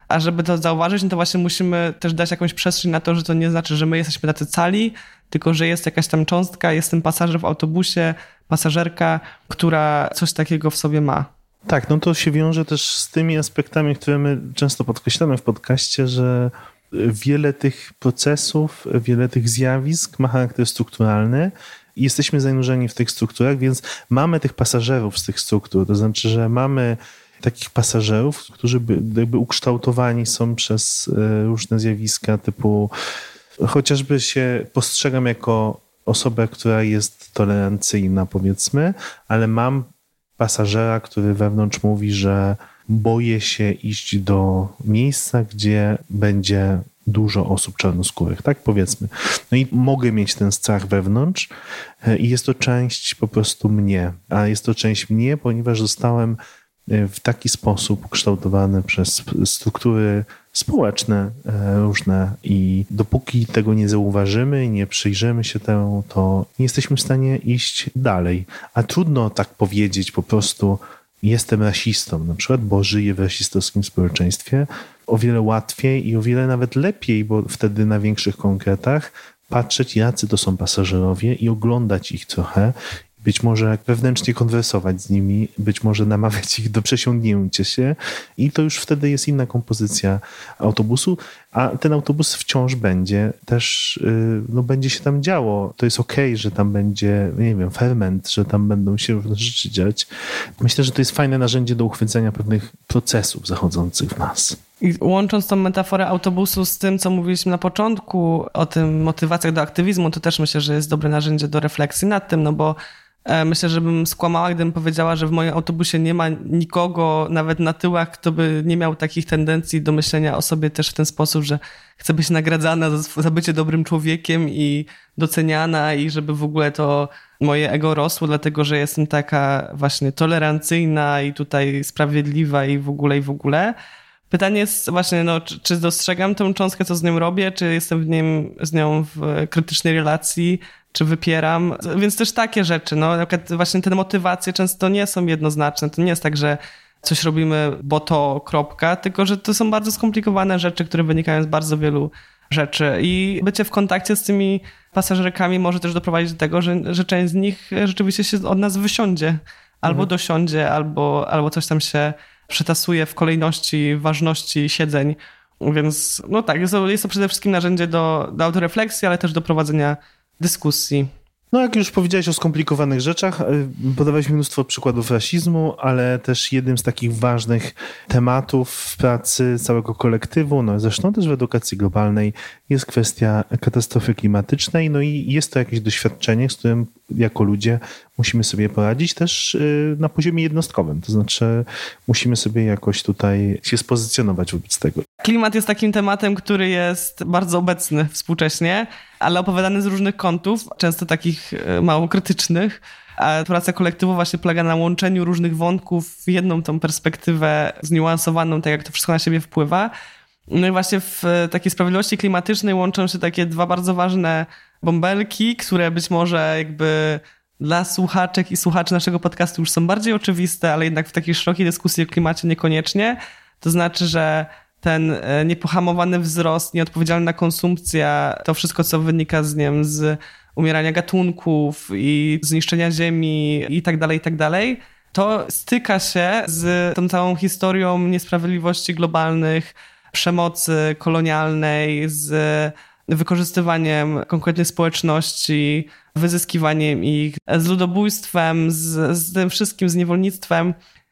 A żeby to zauważyć, no to właśnie musimy też dać jakąś przestrzeń na to, że to nie znaczy, że my jesteśmy tacy cali, tylko że jest jakaś tam cząstka, jest ten pasażer w autobusie, pasażerka, która coś takiego w sobie ma. Tak, no to się wiąże też z tymi aspektami, które my często podkreślamy w podcaście, że wiele tych procesów, wiele tych zjawisk ma charakter strukturalny i jesteśmy zanurzeni w tych strukturach, więc mamy tych pasażerów z tych struktur, to znaczy, że mamy takich pasażerów, którzy jakby ukształtowani są przez różne zjawiska typu chociażby się postrzegam jako osobę, która jest tolerancyjna, powiedzmy, ale mam pasażera, który wewnątrz mówi, że boję się iść do miejsca, gdzie będzie dużo osób czarnoskórych, tak powiedzmy. No i mogę mieć ten strach wewnątrz i jest to część po prostu mnie, a jest to część mnie, ponieważ zostałem w taki sposób ukształtowany przez struktury społeczne różne i dopóki tego nie zauważymy, nie przyjrzymy się temu, to nie jesteśmy w stanie iść dalej. A trudno tak powiedzieć po prostu jestem rasistą, na przykład, bo żyję w rasistowskim społeczeństwie. O wiele łatwiej i o wiele nawet lepiej, bo wtedy na większych konkretach patrzeć, jacy to są pasażerowie i oglądać ich trochę. Być może wewnętrznie konwersować z nimi, być może namawiać ich do przesiądnięcia się i to już wtedy jest inna kompozycja autobusu, a ten autobus wciąż będzie też, no będzie się tam działo. To jest okej, że tam będzie, nie wiem, ferment, że tam będą się różne rzeczy dziać. Myślę, że to jest fajne narzędzie do uchwycenia pewnych procesów zachodzących w nas. I łącząc tą metaforę autobusu z tym, co mówiliśmy na początku o tym motywacjach do aktywizmu, to też myślę, że jest dobre narzędzie do refleksji nad tym, no bo myślę, że bym skłamała, gdybym powiedziała, że w moim autobusie nie ma nikogo, nawet na tyłach, kto by nie miał takich tendencji do myślenia o sobie też w ten sposób, że chce być nagradzana za bycie dobrym człowiekiem i doceniana i żeby w ogóle to moje ego rosło, dlatego że jestem taka właśnie tolerancyjna i tutaj sprawiedliwa i w ogóle. Pytanie jest właśnie, no, czy dostrzegam tę cząstkę, co z nią robię, czy jestem z nią w krytycznej relacji, czy wypieram. Więc też takie rzeczy, no, na przykład właśnie te motywacje często nie są jednoznaczne. To nie jest tak, że coś robimy, bo to kropka, tylko że to są bardzo skomplikowane rzeczy, które wynikają z bardzo wielu rzeczy. I bycie w kontakcie z tymi pasażerkami może też doprowadzić do tego, że część z nich rzeczywiście się od nas wysiądzie. Albo dosiądzie, albo coś tam się przetasuje w kolejności, ważności siedzeń. Więc no tak, jest to przede wszystkim narzędzie do autorefleksji, ale też do prowadzenia dyskusji. No jak już powiedziałeś o skomplikowanych rzeczach, podawałeś mnóstwo przykładów rasizmu, ale też jednym z takich ważnych tematów w pracy całego kolektywu, no zresztą też w edukacji globalnej, jest kwestia katastrofy klimatycznej, no i jest to jakieś doświadczenie, z którym jako ludzie musimy sobie poradzić też na poziomie jednostkowym, to znaczy musimy sobie jakoś tutaj się spozycjonować wobec tego. Klimat jest takim tematem, który jest bardzo obecny współcześnie, ale opowiadany z różnych kątów, często takich mało krytycznych. A praca kolektywu właśnie polega na łączeniu różnych wątków w jedną tą perspektywę zniuansowaną, tak jak to wszystko na siebie wpływa. No i właśnie w takiej sprawiedliwości klimatycznej łączą się takie dwa bardzo ważne bąbelki, które być może jakby dla słuchaczek i słuchaczy naszego podcastu już są bardziej oczywiste, ale jednak w takiej szerokiej dyskusji o klimacie niekoniecznie. To znaczy, że ten niepohamowany wzrost, nieodpowiedzialna konsumpcja, to wszystko, co wynika z nim, z umierania gatunków i zniszczenia ziemi i tak dalej, to styka się z tą całą historią niesprawiedliwości globalnych, przemocy kolonialnej, z wykorzystywaniem konkretnych społeczności, wyzyskiwaniem ich, z ludobójstwem, z tym wszystkim, z niewolnictwem.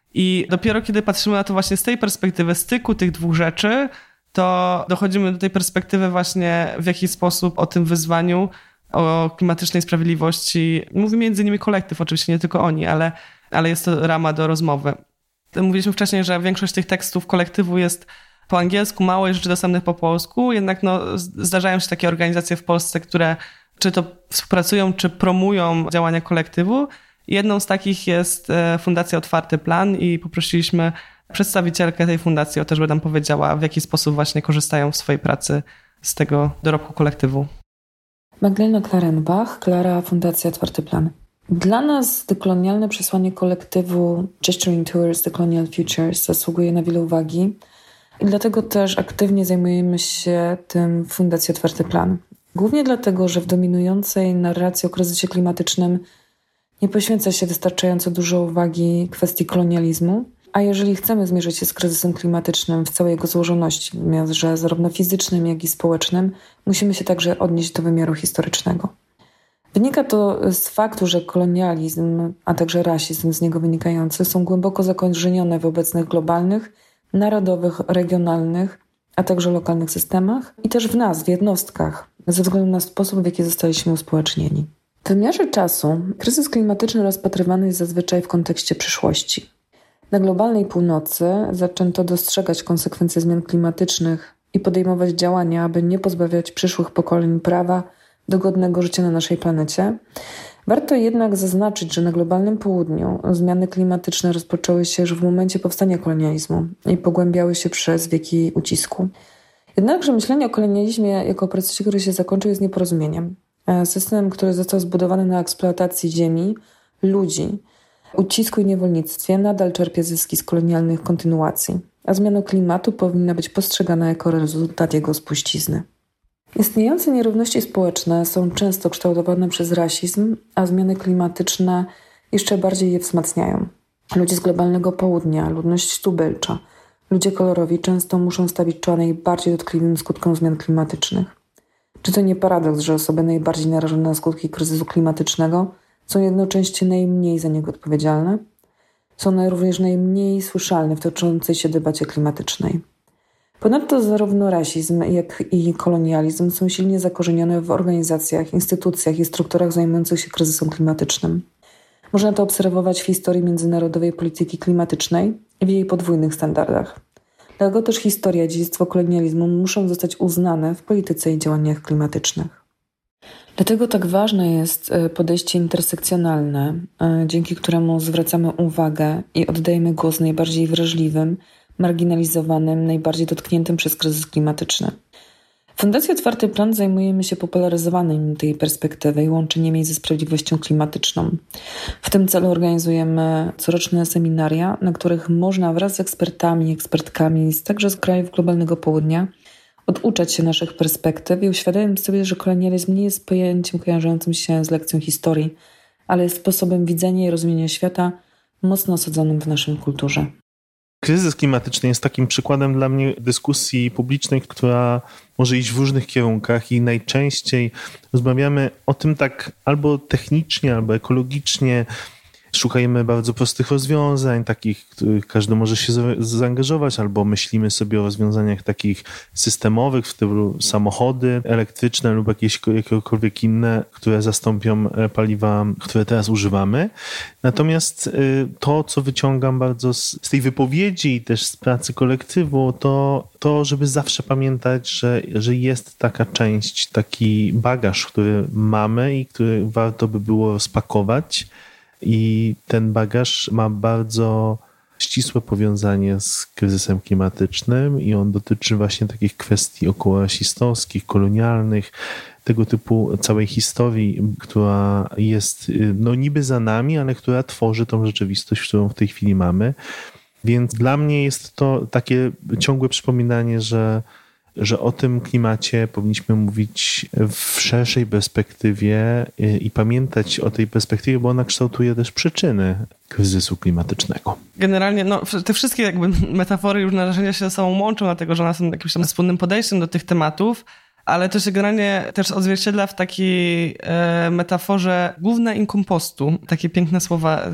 I dopiero kiedy patrzymy na to właśnie z tej perspektywy styku tych dwóch rzeczy, to dochodzimy do tej perspektywy właśnie w jaki sposób o tym wyzwaniu, o klimatycznej sprawiedliwości, mówi między innymi kolektyw, oczywiście nie tylko oni, ale jest to rama do rozmowy. Mówiliśmy wcześniej, że większość tych tekstów kolektywu jest po angielsku, mało jest rzeczy dostępnych po polsku, jednak no, zdarzają się takie organizacje w Polsce, które czy to współpracują, czy promują działania kolektywu. Jedną z takich jest Fundacja Otwarty Plan i poprosiliśmy przedstawicielkę tej fundacji o to, żeby nam powiedziała, w jaki sposób właśnie korzystają w swojej pracy z tego dorobku kolektywu. Magdalena Klarenbach, Klara, Fundacja Otwarty Plan. Dla nas dekolonialne przesłanie kolektywu Gesturing Towards Decolonial Futures zasługuje na wiele uwagi. I dlatego też aktywnie zajmujemy się tym w Fundacji Otwarty Plan. Głównie dlatego, że w dominującej narracji o kryzysie klimatycznym nie poświęca się wystarczająco dużo uwagi kwestii kolonializmu, a jeżeli chcemy zmierzyć się z kryzysem klimatycznym w całej jego złożoności, w wymiarze zarówno fizycznym, jak i społecznym, musimy się także odnieść do wymiaru historycznego. Wynika to z faktu, że kolonializm, a także rasizm z niego wynikający są głęboko zakorzenione w obecnych globalnych, narodowych, regionalnych, a także lokalnych systemach i też w nas, w jednostkach, ze względu na sposób, w jaki zostaliśmy uspołecznieni. W wymiarze czasu kryzys klimatyczny rozpatrywany jest zazwyczaj w kontekście przyszłości. Na globalnej północy zaczęto dostrzegać konsekwencje zmian klimatycznych i podejmować działania, aby nie pozbawiać przyszłych pokoleń prawa do godnego życia na naszej planecie. Warto jednak zaznaczyć, że na globalnym południu zmiany klimatyczne rozpoczęły się już w momencie powstania kolonializmu i pogłębiały się przez wieki ucisku. Jednakże myślenie o kolonializmie jako o procesie, który się zakończył, jest nieporozumieniem. System, który został zbudowany na eksploatacji ziemi, ludzi, ucisku i niewolnictwie, nadal czerpie zyski z kolonialnych kontynuacji, a zmiana klimatu powinna być postrzegana jako rezultat jego spuścizny. Istniejące nierówności społeczne są często kształtowane przez rasizm, a zmiany klimatyczne jeszcze bardziej je wzmacniają. Ludzie z globalnego południa, ludność tubylcza, ludzie kolorowi często muszą stawić czoła najbardziej dotkliwym skutkom zmian klimatycznych. Czy to nie paradoks, że osoby najbardziej narażone na skutki kryzysu klimatycznego są jednocześnie najmniej za niego odpowiedzialne? Są również najmniej słyszalne w toczącej się debacie klimatycznej. Ponadto zarówno rasizm, jak i kolonializm są silnie zakorzenione w organizacjach, instytucjach i strukturach zajmujących się kryzysem klimatycznym. Można to obserwować w historii międzynarodowej polityki klimatycznej i w jej podwójnych standardach. Dlatego też historia i dziedzictwo kolonializmu muszą zostać uznane w polityce i działaniach klimatycznych. Dlatego tak ważne jest podejście intersekcjonalne, dzięki któremu zwracamy uwagę i oddajemy głos najbardziej wrażliwym, marginalizowanym, najbardziej dotkniętym przez kryzys klimatyczny. W Fundacji Otwarty Plan zajmujemy się popularyzowaniem tej perspektywy i łączeniem jej ze sprawiedliwością klimatyczną. W tym celu organizujemy coroczne seminaria, na których można wraz z ekspertami i ekspertkami także z krajów globalnego południa oduczać się naszych perspektyw i uświadamiać sobie, że kolonializm nie jest pojęciem kojarzącym się z lekcją historii, ale jest sposobem widzenia i rozumienia świata mocno osadzonym w naszej kulturze. Kryzys klimatyczny jest takim przykładem dla mnie dyskusji publicznej, która może iść w różnych kierunkach i najczęściej rozmawiamy o tym tak albo technicznie, albo ekologicznie. Szukajmy bardzo prostych rozwiązań, takich, w których każdy może się zaangażować, albo myślimy sobie o rozwiązaniach takich systemowych, w stylu samochody elektryczne lub jakiekolwiek inne, które zastąpią paliwa, które teraz używamy. Natomiast to, co wyciągam bardzo z tej wypowiedzi i też z pracy kolektywu, to żeby zawsze pamiętać, że jest taka część, taki bagaż, który mamy i który warto by było rozpakować. I ten bagaż ma bardzo ścisłe powiązanie z kryzysem klimatycznym i on dotyczy właśnie takich kwestii okołorasistowskich, kolonialnych, tego typu całej historii, która jest niby za nami, ale która tworzy tą rzeczywistość, którą w tej chwili mamy. Więc dla mnie jest to takie ciągłe przypominanie, że o tym klimacie powinniśmy mówić w szerszej perspektywie i pamiętać o tej perspektywie, bo ona kształtuje też przyczyny kryzysu klimatycznego. Generalnie te wszystkie jakby metafory i narażenia się ze sobą łączą, dlatego że one są jakimś tam wspólnym podejściem do tych tematów, ale to się generalnie też odzwierciedla w takiej metaforze gówna i kompostu. Takie piękne słowa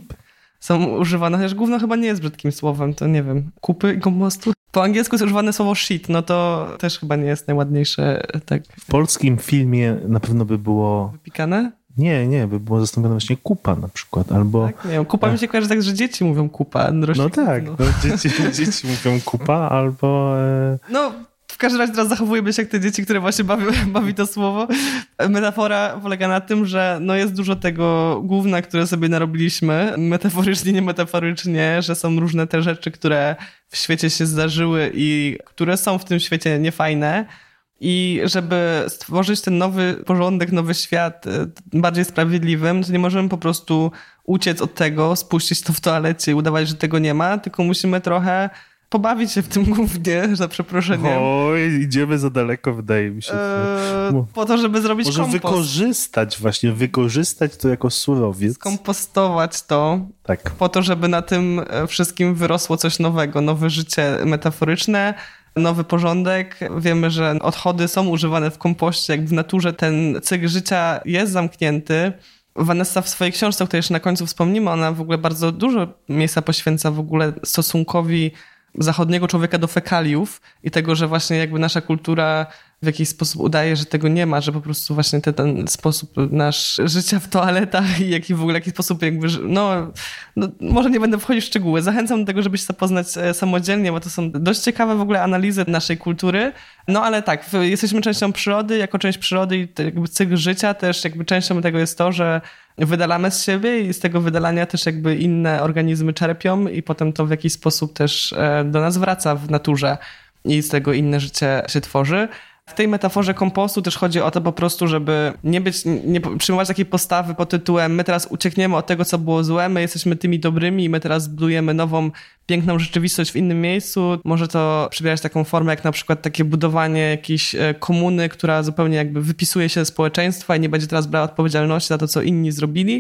są używane, chociaż gówno chyba nie jest brzydkim słowem, to nie wiem, kupy i kompostu. Po angielsku jest używane słowo shit, no to też chyba nie jest najładniejsze. Tak. W polskim filmie na pewno by było... Wypikane? Nie, by było zastąpione właśnie kupa na przykład, albo... Tak, nie wiem, kupa mi się kojarzy tak, że dzieci mówią kupa. No tak, dzieci mówią kupa, albo... No, w każdym razie teraz zachowujemy się jak te dzieci, które właśnie bawi to słowo. Metafora polega na tym, że jest dużo tego gówna, które sobie narobiliśmy, metaforycznie, niemetaforycznie, że są różne te rzeczy, które w świecie się zdarzyły i które są w tym świecie niefajne. I żeby stworzyć ten nowy porządek, nowy świat bardziej sprawiedliwym, to nie możemy po prostu uciec od tego, spuścić to w toalecie i udawać, że tego nie ma, tylko musimy trochę pobawić się w tym głównie, za przeproszeniem. Oj, idziemy za daleko, wydaje mi się. Po to, żeby zrobić może kompost. wykorzystać to jako surowiec. Skompostować to, tak. Po to, żeby na tym wszystkim wyrosło coś nowego, nowe życie metaforyczne, nowy porządek. Wiemy, że odchody są używane w kompoście, jak w naturze ten cykl życia jest zamknięty. Vanessa w swojej książce, o której jeszcze na końcu wspomnimy, ona w ogóle bardzo dużo miejsca poświęca w ogóle stosunkowi zachodniego człowieka do fekaliów i tego, że właśnie jakby nasza kultura w jakiś sposób udaje, że tego nie ma, że po prostu właśnie ten sposób nasz życia w toaletach i w jaki sposób jakby, no może nie będę wchodzić w szczegóły. Zachęcam do tego, żeby się zapoznać samodzielnie, bo to są dość ciekawe w ogóle analizy naszej kultury. No ale tak, jesteśmy częścią przyrody, jako część przyrody i jakby cykl życia też jakby częścią tego jest to, że wydalamy z siebie i z tego wydalania też jakby inne organizmy czerpią i potem to w jakiś sposób też do nas wraca w naturze i z tego inne życie się tworzy. W tej metaforze kompostu też chodzi o to po prostu, żeby nie przyjmować takiej postawy pod tytułem my teraz uciekniemy od tego, co było złe, my jesteśmy tymi dobrymi i my teraz budujemy nową, piękną rzeczywistość w innym miejscu. Może to przybierać taką formę jak na przykład takie budowanie jakiejś komuny, która zupełnie jakby wypisuje się ze społeczeństwa i nie będzie teraz brała odpowiedzialności za to, co inni zrobili.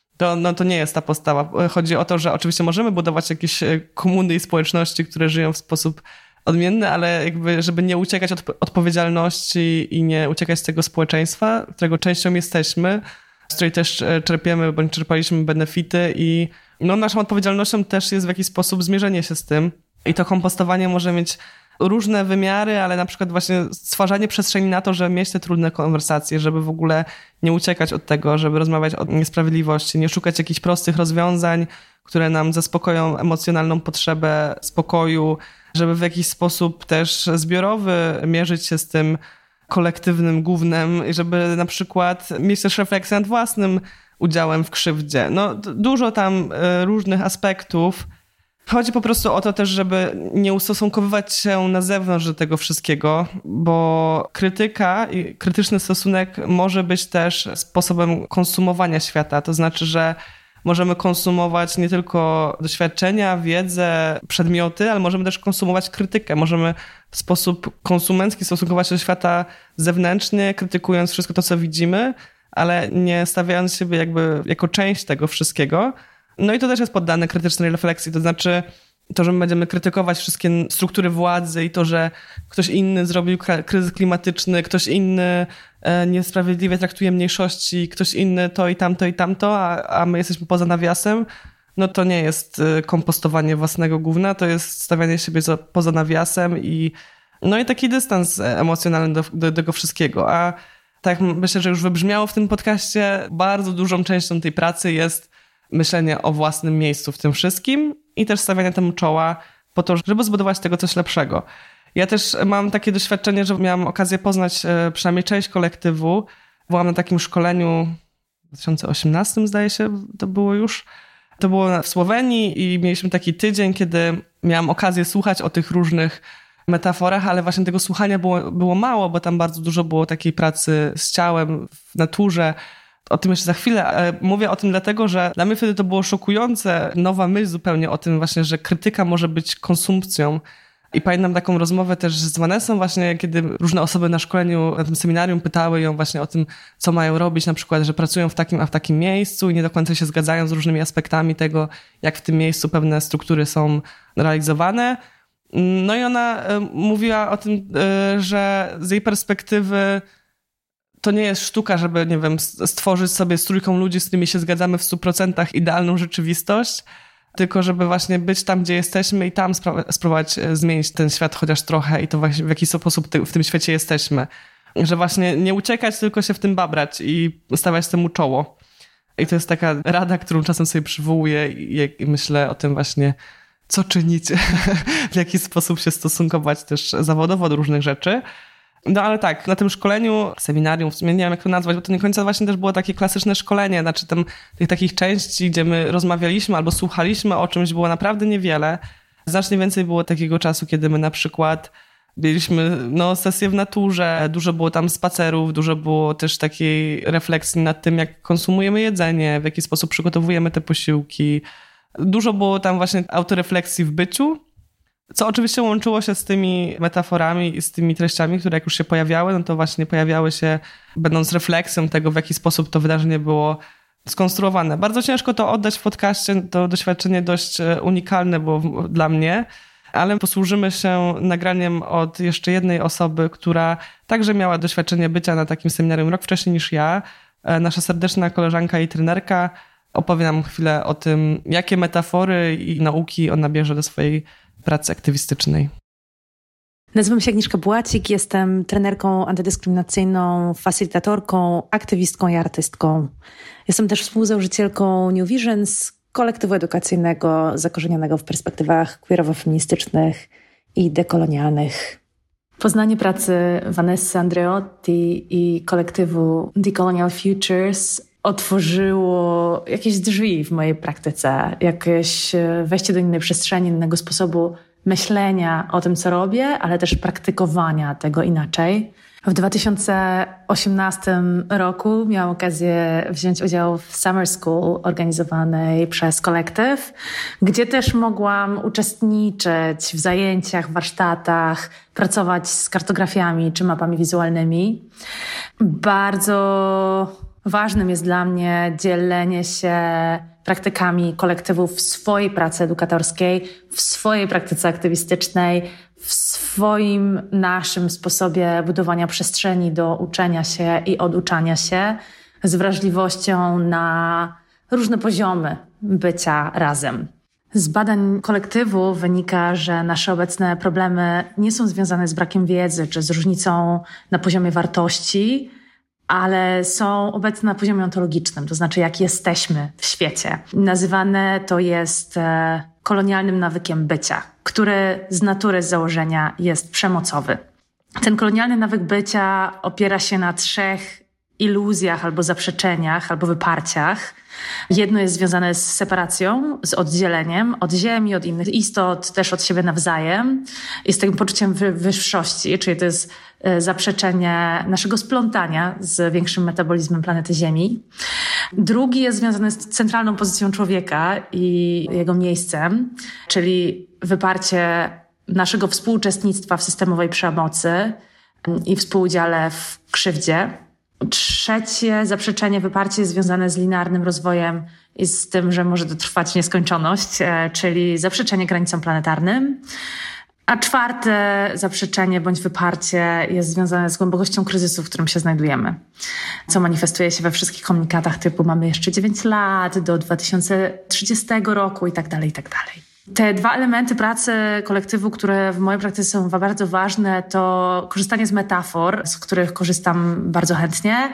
To nie jest ta postawa. Chodzi o to, że oczywiście możemy budować jakieś komuny i społeczności, które żyją w sposób odmienny, ale jakby, żeby nie uciekać od odpowiedzialności i nie uciekać z tego społeczeństwa, którego częścią jesteśmy, z której też czerpiemy, bądź czerpaliśmy benefity i naszą odpowiedzialnością też jest w jakiś sposób zmierzenie się z tym. I to kompostowanie może mieć różne wymiary, ale na przykład właśnie stwarzanie przestrzeni na to, żeby mieć te trudne konwersacje, żeby w ogóle nie uciekać od tego, żeby rozmawiać o niesprawiedliwości, nie szukać jakichś prostych rozwiązań, które nam zaspokoją emocjonalną potrzebę spokoju, żeby w jakiś sposób też zbiorowy mierzyć się z tym kolektywnym gównem i żeby na przykład mieć też refleksję nad własnym udziałem w krzywdzie. Dużo tam różnych aspektów. Chodzi po prostu o to też, żeby nie ustosunkowywać się na zewnątrz do tego wszystkiego, bo krytyka i krytyczny stosunek może być też sposobem konsumowania świata. To znaczy, że możemy konsumować nie tylko doświadczenia, wiedzę, przedmioty, ale możemy też konsumować krytykę. Możemy w sposób konsumencki stosunkować się do świata zewnętrznie, krytykując wszystko to, co widzimy, ale nie stawiając siebie jakby jako część tego wszystkiego. No i to też jest poddane krytycznej refleksji, to znaczy to, że my będziemy krytykować wszystkie struktury władzy i to, że ktoś inny zrobił kryzys klimatyczny, ktoś inny niesprawiedliwie traktuje mniejszości, ktoś inny to i tamto, a my jesteśmy poza nawiasem, to nie jest kompostowanie własnego gówna, to jest stawianie siebie poza nawiasem i taki dystans emocjonalny do tego wszystkiego. A tak myślę, że już wybrzmiało w tym podcaście, bardzo dużą częścią tej pracy jest myślenie o własnym miejscu w tym wszystkim i też stawianie temu czoła po to, żeby zbudować z tego coś lepszego. Ja też mam takie doświadczenie, że miałam okazję poznać przynajmniej część kolektywu. Byłam na takim szkoleniu w 2018, zdaje się, to było już. To było w Słowenii i mieliśmy taki tydzień, kiedy miałam okazję słuchać o tych różnych metaforach, ale właśnie tego słuchania było mało, bo tam bardzo dużo było takiej pracy z ciałem, w naturze. O tym jeszcze za chwilę, ale mówię o tym dlatego, że dla mnie wtedy to było szokujące, nowa myśl zupełnie o tym właśnie, że krytyka może być konsumpcją. I pamiętam taką rozmowę też z Vanessą właśnie, kiedy różne osoby na szkoleniu, na tym seminarium pytały ją właśnie o tym, co mają robić, na przykład, że pracują w takim, a w takim miejscu i nie do końca się zgadzają z różnymi aspektami tego, jak w tym miejscu pewne struktury są realizowane. No i ona mówiła o tym, że z jej perspektywy to nie jest sztuka, żeby, nie wiem, stworzyć sobie z trójką ludzi, z którymi się zgadzamy w 100% idealną rzeczywistość, tylko żeby właśnie być tam, gdzie jesteśmy i tam spróbować zmienić ten świat chociaż trochę i to właśnie w jaki sposób w tym świecie jesteśmy. Że właśnie nie uciekać, tylko się w tym babrać i stawiać temu czoło. I to jest taka rada, którą czasem sobie przywołuję i myślę o tym właśnie, co czynić, w jaki sposób się stosunkować też zawodowo do różnych rzeczy. No ale tak, na tym szkoleniu, seminarium, w sumie nie wiem jak to nazwać, bo to nie końca właśnie też było takie klasyczne szkolenie, znaczy tam tych takich części, gdzie my rozmawialiśmy albo słuchaliśmy o czymś było naprawdę niewiele. Znacznie więcej było takiego czasu, kiedy my na przykład mieliśmy sesje w naturze, dużo było tam spacerów, dużo było też takiej refleksji nad tym, jak konsumujemy jedzenie, w jaki sposób przygotowujemy te posiłki. Dużo było tam właśnie autorefleksji w byciu. Co oczywiście łączyło się z tymi metaforami i z tymi treściami, które jak już się pojawiały, no to właśnie pojawiały się będąc refleksją tego, w jaki sposób to wydarzenie było skonstruowane. Bardzo ciężko to oddać w podcaście, to doświadczenie dość unikalne było dla mnie, ale posłużymy się nagraniem od jeszcze jednej osoby, która także miała doświadczenie bycia na takim seminarium rok wcześniej niż ja. Nasza serdeczna koleżanka i trenerka opowie nam chwilę o tym, jakie metafory i nauki ona bierze do swojej pracy aktywistycznej. Nazywam się Agnieszka Błacik, jestem trenerką antydyskryminacyjną, facylitatorką, aktywistką i artystką. Jestem też współzałożycielką New Visions, kolektywu edukacyjnego zakorzenionego w perspektywach queerowo-feministycznych i dekolonialnych. Poznanie pracy Vanessy Andreotti i kolektywu Decolonial Futures otworzyło jakieś drzwi w mojej praktyce, jakieś wejście do innej przestrzeni, innego sposobu myślenia o tym, co robię, ale też praktykowania tego inaczej. W 2018 roku miałam okazję wziąć udział w Summer School organizowanej przez kolektyw, gdzie też mogłam uczestniczyć w zajęciach, warsztatach, pracować z kartografiami czy mapami wizualnymi. Bardzo ważnym jest dla mnie dzielenie się praktykami kolektywów w swojej pracy edukatorskiej, w swojej praktyce aktywistycznej, w swoim, naszym sposobie budowania przestrzeni do uczenia się i oduczania się z wrażliwością na różne poziomy bycia razem. Z badań kolektywu wynika, że nasze obecne problemy nie są związane z brakiem wiedzy czy z różnicą na poziomie wartości, ale są obecne na poziomie ontologicznym, to znaczy jak jesteśmy w świecie. Nazywane to jest kolonialnym nawykiem bycia, który z natury, z założenia jest przemocowy. Ten kolonialny nawyk bycia opiera się na 3 iluzjach albo zaprzeczeniach, albo wyparciach. Jedno jest związane z separacją, z oddzieleniem od ziemi, od innych istot, też od siebie nawzajem i z takim poczuciem wyższości, czyli to jest zaprzeczenie naszego splątania z większym metabolizmem planety Ziemi. Drugi jest związany z centralną pozycją człowieka i jego miejscem, czyli wyparcie naszego współuczestnictwa w systemowej przemocy i współudziale w krzywdzie. Trzecie zaprzeczenie, wyparcie jest związane z linearnym rozwojem i z tym, że może to trwać w nieskończoność, czyli zaprzeczenie granicom planetarnym. A 4 zaprzeczenie bądź wyparcie jest związane z głębokością kryzysu, w którym się znajdujemy, co manifestuje się we wszystkich komunikatach typu mamy jeszcze 9 lat, do 2030 roku i tak dalej, i tak dalej. Te 2 elementy pracy kolektywu, które w mojej praktyce są bardzo ważne, to korzystanie z metafor, z których korzystam bardzo chętnie.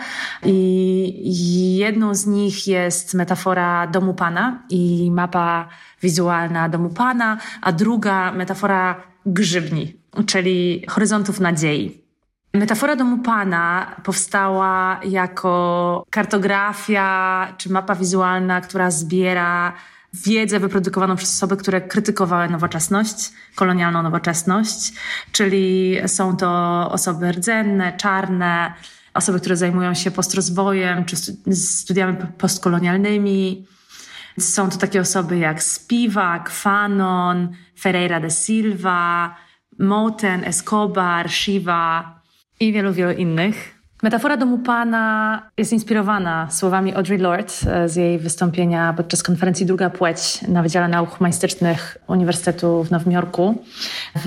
I jedną z nich jest metafora Domu Pana i mapa wizualna Domu Pana, a druga metafora grzybni, czyli horyzontów nadziei. Metafora Domu Pana powstała jako kartografia czy mapa wizualna, która zbiera wiedzę wyprodukowaną przez osoby, które krytykowały nowoczesność, kolonialną nowoczesność, czyli są to osoby rdzenne, czarne, osoby, które zajmują się postrozwojem czy studiami postkolonialnymi. Są to takie osoby jak Spivak, Fanon, Ferreira da Silva, Moten, Escobar, Shiva i wielu innych. Metafora Domu Pana jest inspirowana słowami Audre Lorde z jej wystąpienia podczas konferencji Druga Płeć na Wydziale Nauk Humanistycznych Uniwersytetu w Nowym Jorku w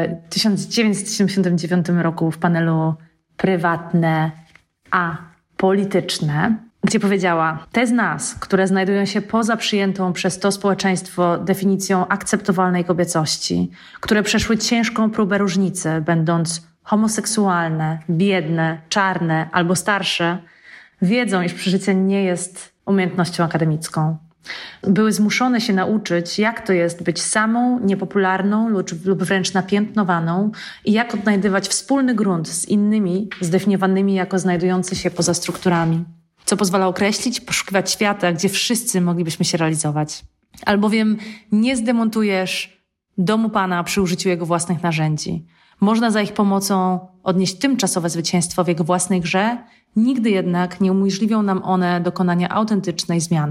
1979 roku w panelu Prywatne a polityczne, gdzie powiedziała: te z nas, które znajdują się poza przyjętą przez to społeczeństwo definicją akceptowalnej kobiecości, które przeszły ciężką próbę różnicy, będąc homoseksualne, biedne, czarne albo starsze, wiedzą, iż przeżycie nie jest umiejętnością akademicką. Były zmuszone się nauczyć, jak to jest być samą, niepopularną lub wręcz napiętnowaną i jak odnajdywać wspólny grunt z innymi zdefiniowanymi jako znajdujący się poza strukturami. Co pozwala określić, poszukiwać świata, gdzie wszyscy moglibyśmy się realizować. Albowiem nie zdemontujesz Domu Pana przy użyciu jego własnych narzędzi. Można za ich pomocą odnieść tymczasowe zwycięstwo w jego własnej grze, nigdy jednak nie umożliwią nam one dokonania autentycznej zmiany.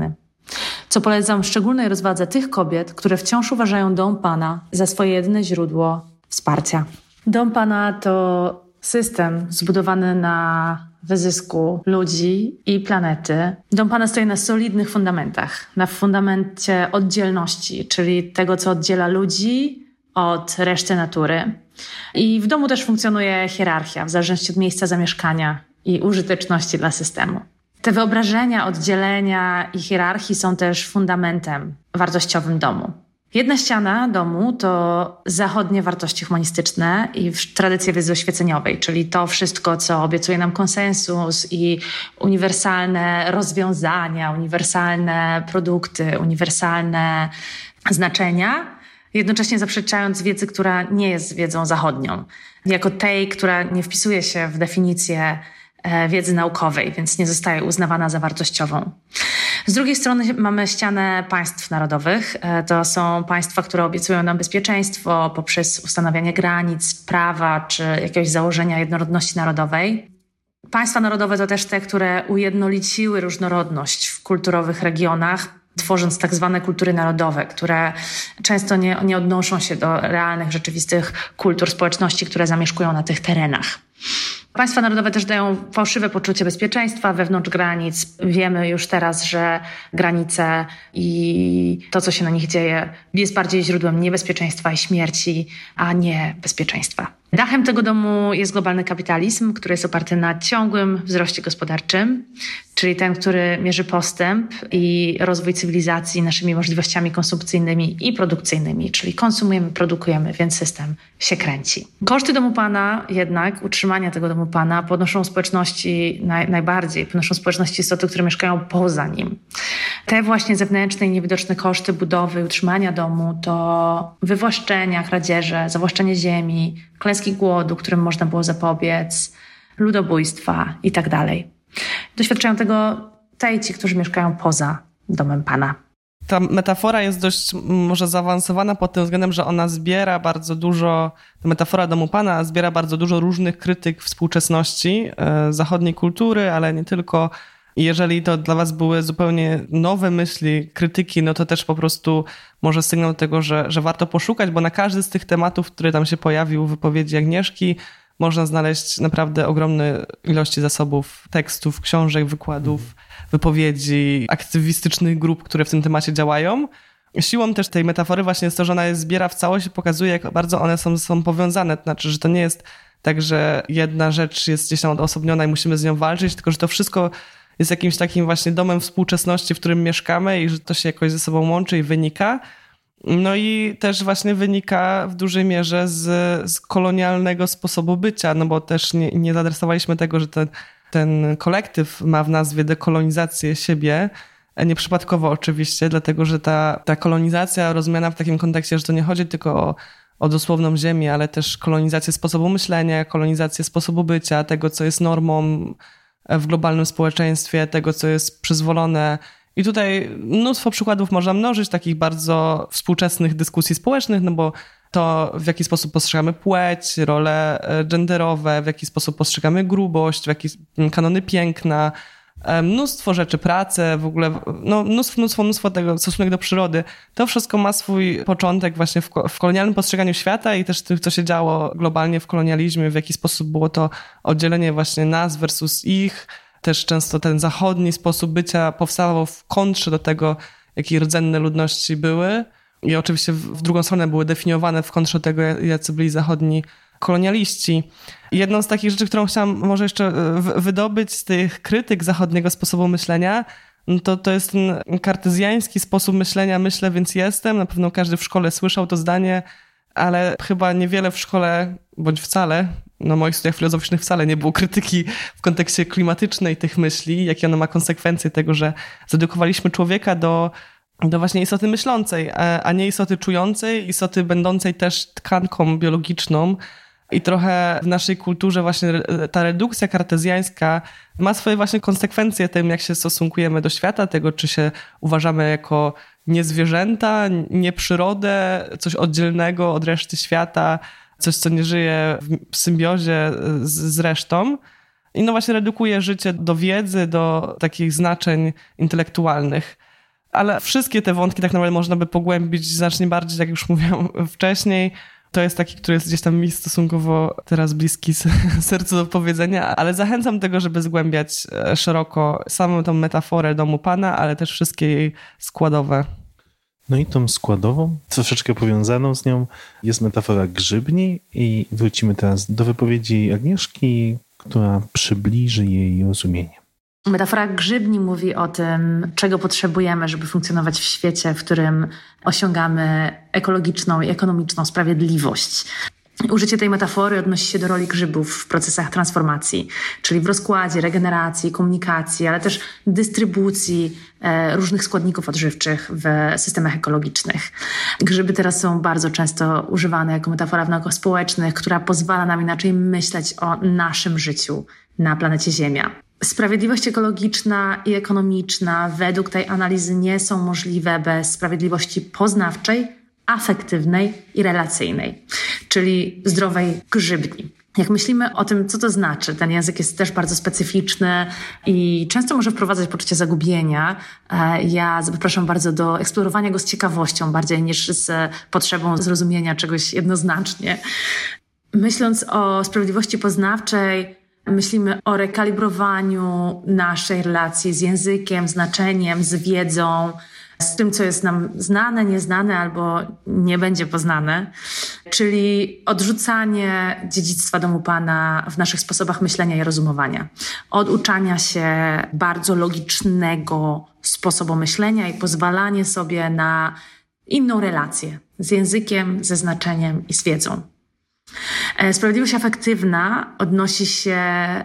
co polecam szczególnej rozwadze tych kobiet, które wciąż uważają Dom Pana za swoje jedyne źródło wsparcia. Dom Pana to system zbudowany na wyzysku ludzi i planety. Dom Pana stoi na solidnych fundamentach. Na fundamencie oddzielności, czyli tego, co oddziela ludzi od reszty natury. I w domu też funkcjonuje hierarchia, w zależności od miejsca zamieszkania i użyteczności dla systemu. Te wyobrażenia oddzielenia i hierarchii są też fundamentem wartościowym domu. Jedna ściana domu to zachodnie wartości humanistyczne i tradycje wiedzy oświeceniowej, czyli to wszystko, co obiecuje nam konsensus i uniwersalne rozwiązania, uniwersalne produkty, uniwersalne znaczenia, jednocześnie zaprzeczając wiedzy, która nie jest wiedzą zachodnią, jako tej, która nie wpisuje się w definicję wiedzy naukowej, więc nie zostaje uznawana za wartościową. Z drugiej strony mamy ścianę państw narodowych. To są państwa, które obiecują nam bezpieczeństwo poprzez ustanawianie granic, prawa czy jakiegoś założenia jednorodności narodowej. Państwa narodowe to też te, które ujednoliciły różnorodność w kulturowych regionach, tworząc tak zwane kultury narodowe, które często nie odnoszą się do realnych, rzeczywistych kultur społeczności, które zamieszkują na tych terenach. Państwa narodowe też dają fałszywe poczucie bezpieczeństwa wewnątrz granic. Wiemy już teraz, że granice i to, co się na nich dzieje, jest bardziej źródłem niebezpieczeństwa i śmierci, a nie bezpieczeństwa. Dachem tego domu jest globalny kapitalizm, który jest oparty na ciągłym wzroście gospodarczym, czyli ten, który mierzy postęp i rozwój cywilizacji naszymi możliwościami konsumpcyjnymi i produkcyjnymi, czyli konsumujemy, produkujemy, więc system się kręci. Koszty Domu Pana jednak, utrzymania tego Domu Pana ponoszą społeczności ponoszą społeczności istoty, które mieszkają poza nim. Te właśnie zewnętrzne i niewidoczne koszty budowy, utrzymania domu to wywłaszczenia, kradzieże, zawłaszczenie ziemi, klęski głodu, którym można było zapobiec, ludobójstwa i tak dalej. Doświadczają tego ci, którzy mieszkają poza Domem Pana. Ta metafora jest dość może zaawansowana pod tym względem, że ona zbiera bardzo dużo, ta metafora Domu Pana zbiera bardzo dużo różnych krytyk współczesności, zachodniej kultury, ale nie tylko. I jeżeli to dla was były zupełnie nowe myśli, krytyki, no to też po prostu może sygnał tego, że warto poszukać, bo na każdy z tych tematów, który tam się pojawił w wypowiedzi Agnieszki, można znaleźć naprawdę ogromne ilości zasobów, tekstów, książek, wykładów, wypowiedzi, aktywistycznych grup, które w tym temacie działają. Siłą też tej metafory właśnie jest to, że ona je zbiera w całość i pokazuje, jak bardzo one są powiązane. To znaczy, że to nie jest tak, że jedna rzecz jest gdzieś tam odosobniona i musimy z nią walczyć, tylko że to wszystko jest jakimś takim właśnie domem współczesności, w którym mieszkamy i że to się jakoś ze sobą łączy i wynika. No i też właśnie wynika w dużej mierze z kolonialnego sposobu bycia, no bo też nie zaadresowaliśmy tego, że ten kolektyw ma w nazwie dekolonizację siebie, nieprzypadkowo oczywiście, dlatego że ta kolonizacja rozumiana w takim kontekście, że to nie chodzi tylko o dosłowną ziemię, ale też kolonizację sposobu myślenia, kolonizację sposobu bycia, tego, co jest normą w globalnym społeczeństwie, tego, co jest przyzwolone. I tutaj mnóstwo przykładów można mnożyć, takich bardzo współczesnych dyskusji społecznych, no bo to, w jaki sposób postrzegamy płeć, role genderowe, w jaki sposób postrzegamy grubość, w jaki kanony piękna, mnóstwo rzeczy, pracę, w ogóle no mnóstwo tego stosunek do przyrody. To wszystko ma swój początek właśnie w kolonialnym postrzeganiu świata i też tym, co się działo globalnie w kolonializmie, w jaki sposób było to oddzielenie właśnie nas versus ich. Też często ten zachodni sposób bycia powstawał w kontrze do tego, jakie rdzenne ludności były. I oczywiście w drugą stronę były definiowane w kontrze do tego, jacy byli zachodni kolonialiści. Jedną z takich rzeczy, którą chciałam może jeszcze wydobyć z tych krytyk zachodniego sposobu myślenia, to jest ten kartezjański sposób myślenia, myślę, więc jestem. Na pewno każdy w szkole słyszał to zdanie, ale chyba niewiele w szkole, bądź wcale, na moich studiach filozoficznych wcale nie było krytyki w kontekście klimatycznej tych myśli, jakie ona ma konsekwencje tego, że zedukowaliśmy człowieka do właśnie istoty myślącej, a nie istoty czującej, istoty będącej też tkanką biologiczną. I trochę w naszej kulturze właśnie ta redukcja kartezjańska ma swoje właśnie konsekwencje tym, jak się stosunkujemy do świata, tego, czy się uważamy jako nie zwierzęta, nie przyrodę, coś oddzielnego od reszty świata, coś, co nie żyje w symbiozie z resztą. I no właśnie redukuje życie do wiedzy, do takich znaczeń intelektualnych. Ale wszystkie te wątki tak naprawdę można by pogłębić znacznie bardziej, jak już mówiłam wcześniej. To jest taki, który jest gdzieś tam mi stosunkowo teraz bliski sercu do powiedzenia, ale zachęcam do tego, żeby zgłębiać szeroko samą tą metaforę domu Pana, ale też wszystkie jej składowe. No i tą składową, troszeczkę powiązaną z nią, jest metafora grzybni i wrócimy teraz do wypowiedzi Agnieszki, która przybliży jej rozumienie. Metafora grzybni mówi o tym, czego potrzebujemy, żeby funkcjonować w świecie, w którym osiągamy ekologiczną i ekonomiczną sprawiedliwość. Użycie tej metafory odnosi się do roli grzybów w procesach transformacji, czyli w rozkładzie, regeneracji, komunikacji, ale też dystrybucji różnych składników odżywczych w systemach ekologicznych. Grzyby teraz są bardzo często używane jako metafora w naukach społecznych, która pozwala nam inaczej myśleć o naszym życiu na planecie Ziemia. Sprawiedliwość ekologiczna i ekonomiczna według tej analizy nie są możliwe bez sprawiedliwości poznawczej, afektywnej i relacyjnej, czyli zdrowej grzybni. Jak myślimy o tym, co to znaczy, ten język jest też bardzo specyficzny i często może wprowadzać poczucie zagubienia. Ja zapraszam bardzo do eksplorowania go z ciekawością, bardziej niż z potrzebą zrozumienia czegoś jednoznacznie. Myśląc o sprawiedliwości poznawczej, myślimy o rekalibrowaniu naszej relacji z językiem, znaczeniem, z wiedzą, z tym, co jest nam znane, nieznane albo nie będzie poznane, czyli odrzucanie dziedzictwa domu Pana w naszych sposobach myślenia i rozumowania. Oduczania się bardzo logicznego sposobu myślenia i pozwalanie sobie na inną relację z językiem, ze znaczeniem i z wiedzą. Sprawiedliwość afektywna odnosi się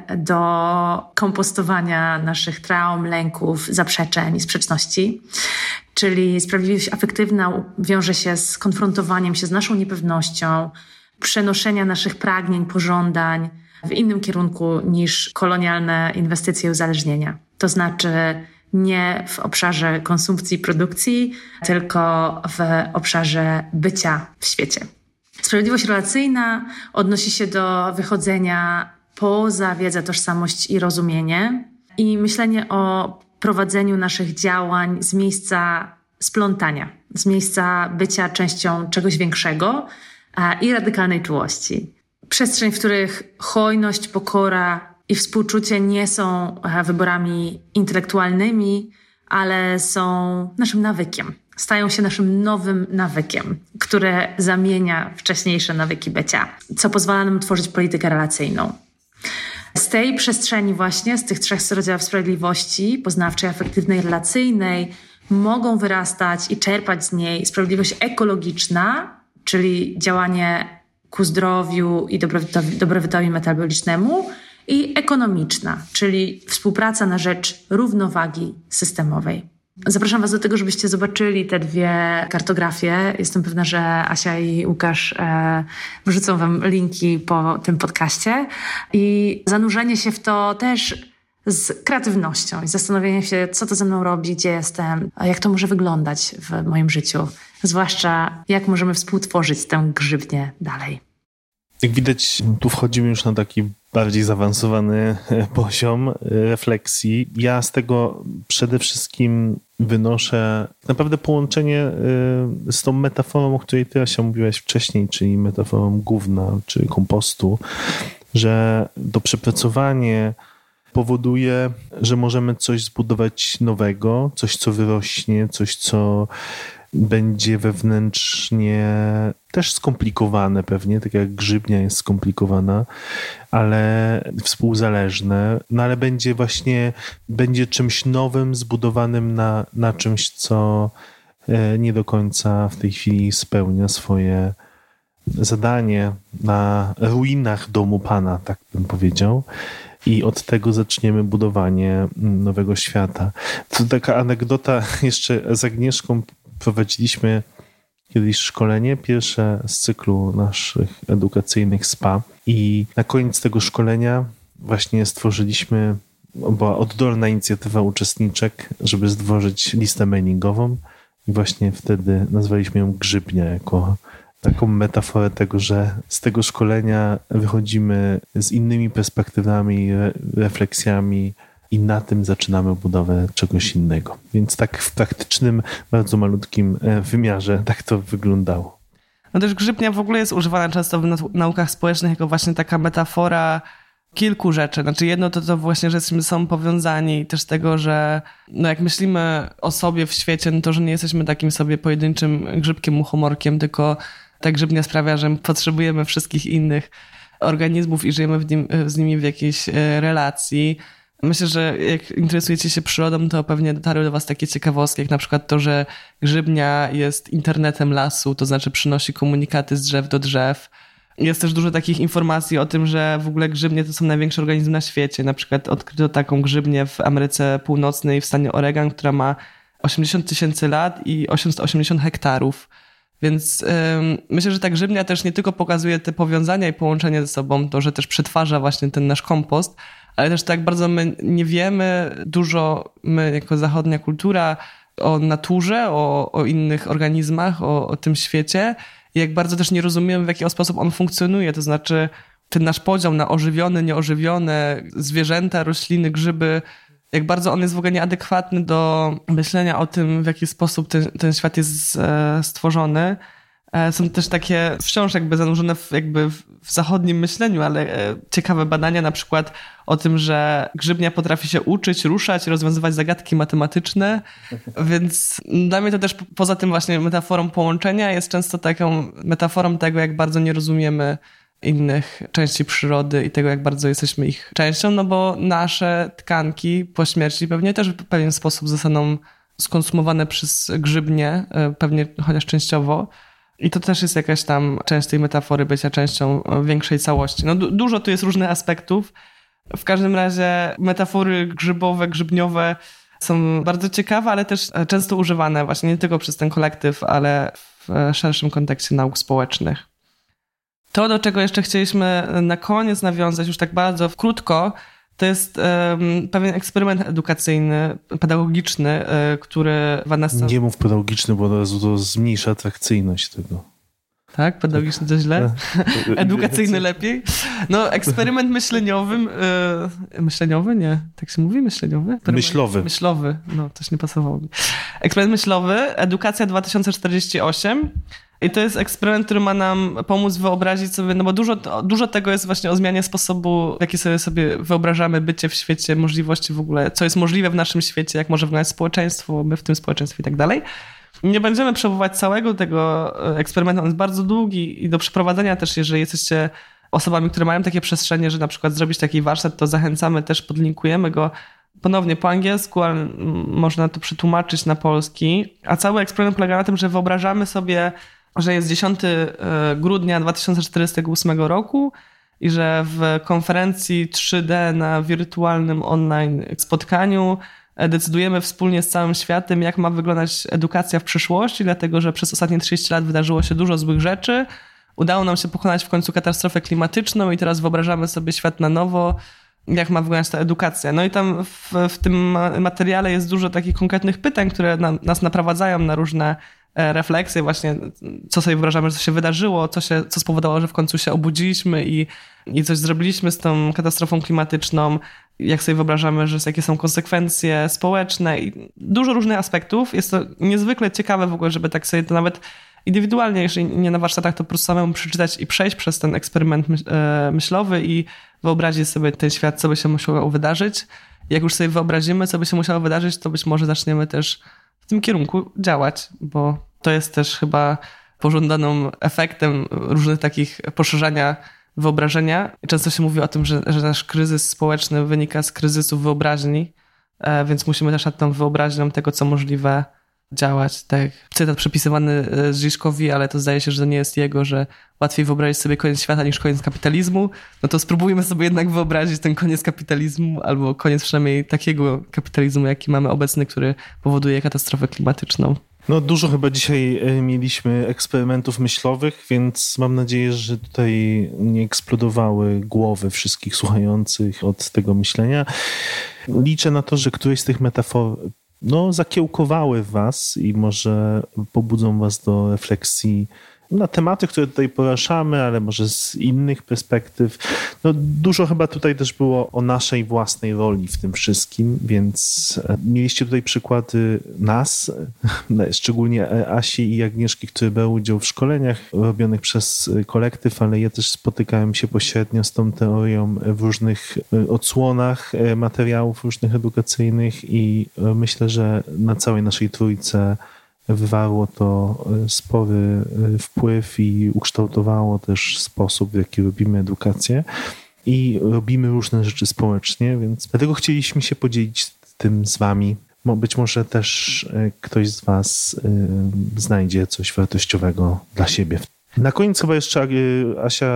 do kompostowania naszych traum, lęków, zaprzeczeń i sprzeczności. Czyli sprawiedliwość afektywna wiąże się z konfrontowaniem się z naszą niepewnością, przenoszenia naszych pragnień, pożądań w innym kierunku niż kolonialne inwestycje i uzależnienia. To znaczy nie w obszarze konsumpcji i produkcji, tylko w obszarze bycia w świecie. Sprawiedliwość relacyjna odnosi się do wychodzenia poza wiedzę, tożsamość i rozumienie i myślenie o prowadzeniu naszych działań z miejsca splątania, z miejsca bycia częścią czegoś większego i radykalnej czułości. Przestrzeń, w których hojność, pokora i współczucie nie są wyborami intelektualnymi, ale są naszym nawykiem. Stają się naszym nowym nawykiem, które zamienia wcześniejsze nawyki bycia, co pozwala nam tworzyć politykę relacyjną. Z tej przestrzeni właśnie, z tych trzech rodzajów sprawiedliwości, poznawczej, afektywnej, relacyjnej, mogą wyrastać i czerpać z niej sprawiedliwość ekologiczna, czyli działanie ku zdrowiu i dobrobytowi metabolicznemu, i ekonomiczna, czyli współpraca na rzecz równowagi systemowej. Zapraszam Was do tego, żebyście zobaczyli te dwie kartografie. Jestem pewna, że Asia i Łukasz wrzucą Wam linki po tym podcaście. I zanurzenie się w to też z kreatywnością i zastanowienie się, co to ze mną robi, gdzie jestem, a jak to może wyglądać w moim życiu. Zwłaszcza jak możemy współtworzyć tę grzybnię dalej. Jak widać, tu wchodzimy już na taki bardziej zaawansowany poziom refleksji. Ja z tego przede wszystkim wynoszę naprawdę połączenie z tą metaforą, o której ty, Asia, mówiłaś wcześniej, czyli metaforą gówna, czy kompostu, że to przepracowanie powoduje, że możemy coś zbudować nowego, coś, co wyrośnie, coś, co będzie wewnętrznie też skomplikowane pewnie, tak jak grzybnia jest skomplikowana, ale współzależne, no ale będzie czymś nowym, zbudowanym na czymś, co nie do końca w tej chwili spełnia swoje zadanie, na ruinach domu Pana, tak bym powiedział. I od tego zaczniemy budowanie nowego świata. To taka anegdota jeszcze z Agnieszką. Prowadziliśmy kiedyś szkolenie, pierwsze z cyklu naszych edukacyjnych SPA i na koniec tego szkolenia właśnie stworzyliśmy, była oddolna inicjatywa uczestniczek, żeby stworzyć listę mailingową i właśnie wtedy nazwaliśmy ją Grzybnia jako taką metaforę tego, że z tego szkolenia wychodzimy z innymi perspektywami, refleksjami i na tym zaczynamy budowę czegoś innego. Więc tak w praktycznym, bardzo malutkim wymiarze tak to wyglądało. No też grzybnia w ogóle jest używana często w naukach społecznych jako właśnie taka metafora kilku rzeczy. Znaczy jedno to właśnie, że jesteśmy ze sobą powiązani i też tego, że no jak myślimy o sobie w świecie, no to, że nie jesteśmy takim sobie pojedynczym grzybkiem, muchomorkiem, tylko ta grzybnia sprawia, że potrzebujemy wszystkich innych organizmów i żyjemy z nimi w jakiejś relacji. Myślę, że jak interesujecie się przyrodą, to pewnie dotarły do was takie ciekawostki, jak na przykład to, że grzybnia jest internetem lasu, to znaczy przynosi komunikaty z drzew do drzew. Jest też dużo takich informacji o tym, że w ogóle grzybnie to są największe organizmy na świecie. Na przykład odkryto taką grzybnię w Ameryce Północnej, w stanie Oregon, która ma 80 000 lat i 880 hektarów. Więc myślę, że ta grzybnia też nie tylko pokazuje te powiązania i połączenie ze sobą, to, że też przetwarza właśnie ten nasz kompost, ale też tak bardzo my nie wiemy dużo, my jako zachodnia kultura, o naturze, o innych organizmach, o tym świecie i jak bardzo też nie rozumiemy, w jaki sposób on funkcjonuje. To znaczy ten nasz podział na ożywione, nieożywione, zwierzęta, rośliny, grzyby, jak bardzo on jest w ogóle nieadekwatny do myślenia o tym, w jaki sposób ten świat jest stworzony. Są też takie wciąż jakby zanurzone w zachodnim myśleniu, ale ciekawe badania na przykład o tym, że grzybnia potrafi się uczyć, ruszać, rozwiązywać zagadki matematyczne, więc dla mnie to też poza tym właśnie metaforą połączenia jest często taką metaforą tego, jak bardzo nie rozumiemy innych części przyrody i tego, jak bardzo jesteśmy ich częścią, no bo nasze tkanki po śmierci pewnie też w pewien sposób zostaną skonsumowane przez grzybnię, pewnie chociaż częściowo. I to też jest jakaś tam część tej metafory bycia częścią większej całości. No dużo tu jest różnych aspektów. W każdym razie metafory grzybowe, grzybniowe są bardzo ciekawe, ale też często używane właśnie nie tylko przez ten kolektyw, ale w szerszym kontekście nauk społecznych. To, do czego jeszcze chcieliśmy na koniec nawiązać, już tak bardzo krótko, to jest pewien eksperyment edukacyjny, pedagogiczny, który Vanessa... Nie mów pedagogiczny, bo od razu to zmniejsza atrakcyjność tego. Tak? Pedagogiczny to źle? Edukacyjny lepiej? No, eksperyment myśleniowy... Myśleniowy? Nie. Tak się mówi? Myśleniowy? Myślowy. Myślowy. No, coś nie pasowało mi. Eksperyment myślowy, Edukacja 2048. I to jest eksperyment, który ma nam pomóc wyobrazić sobie, no bo dużo tego jest właśnie o zmianie sposobu, w jaki sobie wyobrażamy bycie w świecie, możliwości w ogóle, co jest możliwe w naszym świecie, jak może wyglądać społeczeństwo, my w tym społeczeństwie i tak dalej. Nie będziemy przebywać całego tego eksperymentu, on jest bardzo długi i do przeprowadzenia też, jeżeli jesteście osobami, które mają takie przestrzenie, że na przykład zrobić taki warsztat, to zachęcamy też, podlinkujemy go ponownie po angielsku, ale można to przetłumaczyć na polski. A cały eksperyment polega na tym, że wyobrażamy sobie, że jest 10 grudnia 2048 roku i że w konferencji 3D na wirtualnym online spotkaniu decydujemy wspólnie z całym światem, jak ma wyglądać edukacja w przyszłości, dlatego że przez ostatnie 30 lat wydarzyło się dużo złych rzeczy. Udało nam się pokonać w końcu katastrofę klimatyczną i teraz wyobrażamy sobie świat na nowo, jak ma wyglądać ta edukacja. No i tam w tym materiale jest dużo takich konkretnych pytań, które nas naprowadzają na różne refleksje właśnie, co sobie wyobrażamy, że się wydarzyło, co spowodowało, że w końcu się obudziliśmy i coś zrobiliśmy z tą katastrofą klimatyczną, jak sobie wyobrażamy, że jakie są konsekwencje społeczne i dużo różnych aspektów. Jest to niezwykle ciekawe w ogóle, żeby tak sobie to nawet indywidualnie, jeżeli nie na warsztatach, to po prostu samemu przeczytać i przejść przez ten eksperyment myślowy i wyobrazić sobie ten świat, co by się musiało wydarzyć. Jak już sobie wyobrazimy, co by się musiało wydarzyć, to być może zaczniemy też w tym kierunku działać, bo to jest też chyba pożądanym efektem różnych takich poszerzania wyobrażenia. Często się mówi o tym, że nasz kryzys społeczny wynika z kryzysu wyobraźni, więc musimy też nad tą wyobraźnią tego, co możliwe, działać. Tak, cytat przypisywany Zdziszkowi, ale to zdaje się, że to nie jest jego, że łatwiej wyobrazić sobie koniec świata niż koniec kapitalizmu. No to spróbujmy sobie jednak wyobrazić ten koniec kapitalizmu, albo koniec przynajmniej takiego kapitalizmu, jaki mamy obecny, który powoduje katastrofę klimatyczną. No dużo chyba dzisiaj mieliśmy eksperymentów myślowych, więc mam nadzieję, że tutaj nie eksplodowały głowy wszystkich słuchających od tego myślenia. Liczę na to, że któreś z tych metafor zakiełkowały was i może pobudzą was do refleksji na tematy, które tutaj poruszamy, ale może z innych perspektyw. No, dużo chyba tutaj też było o naszej własnej roli w tym wszystkim, więc mieliście tutaj przykłady nas, szczególnie Asi i Agnieszki, które brały udział w szkoleniach robionych przez kolektyw, ale ja też spotykałem się pośrednio z tą teorią w różnych odsłonach materiałów różnych edukacyjnych i myślę, że na całej naszej trójce wywarło to spory wpływ i ukształtowało też sposób, w jaki robimy edukację i robimy różne rzeczy społecznie, więc dlatego chcieliśmy się podzielić tym z wami. Być może też ktoś z was znajdzie coś wartościowego dla siebie. Na koniec chyba jeszcze Asia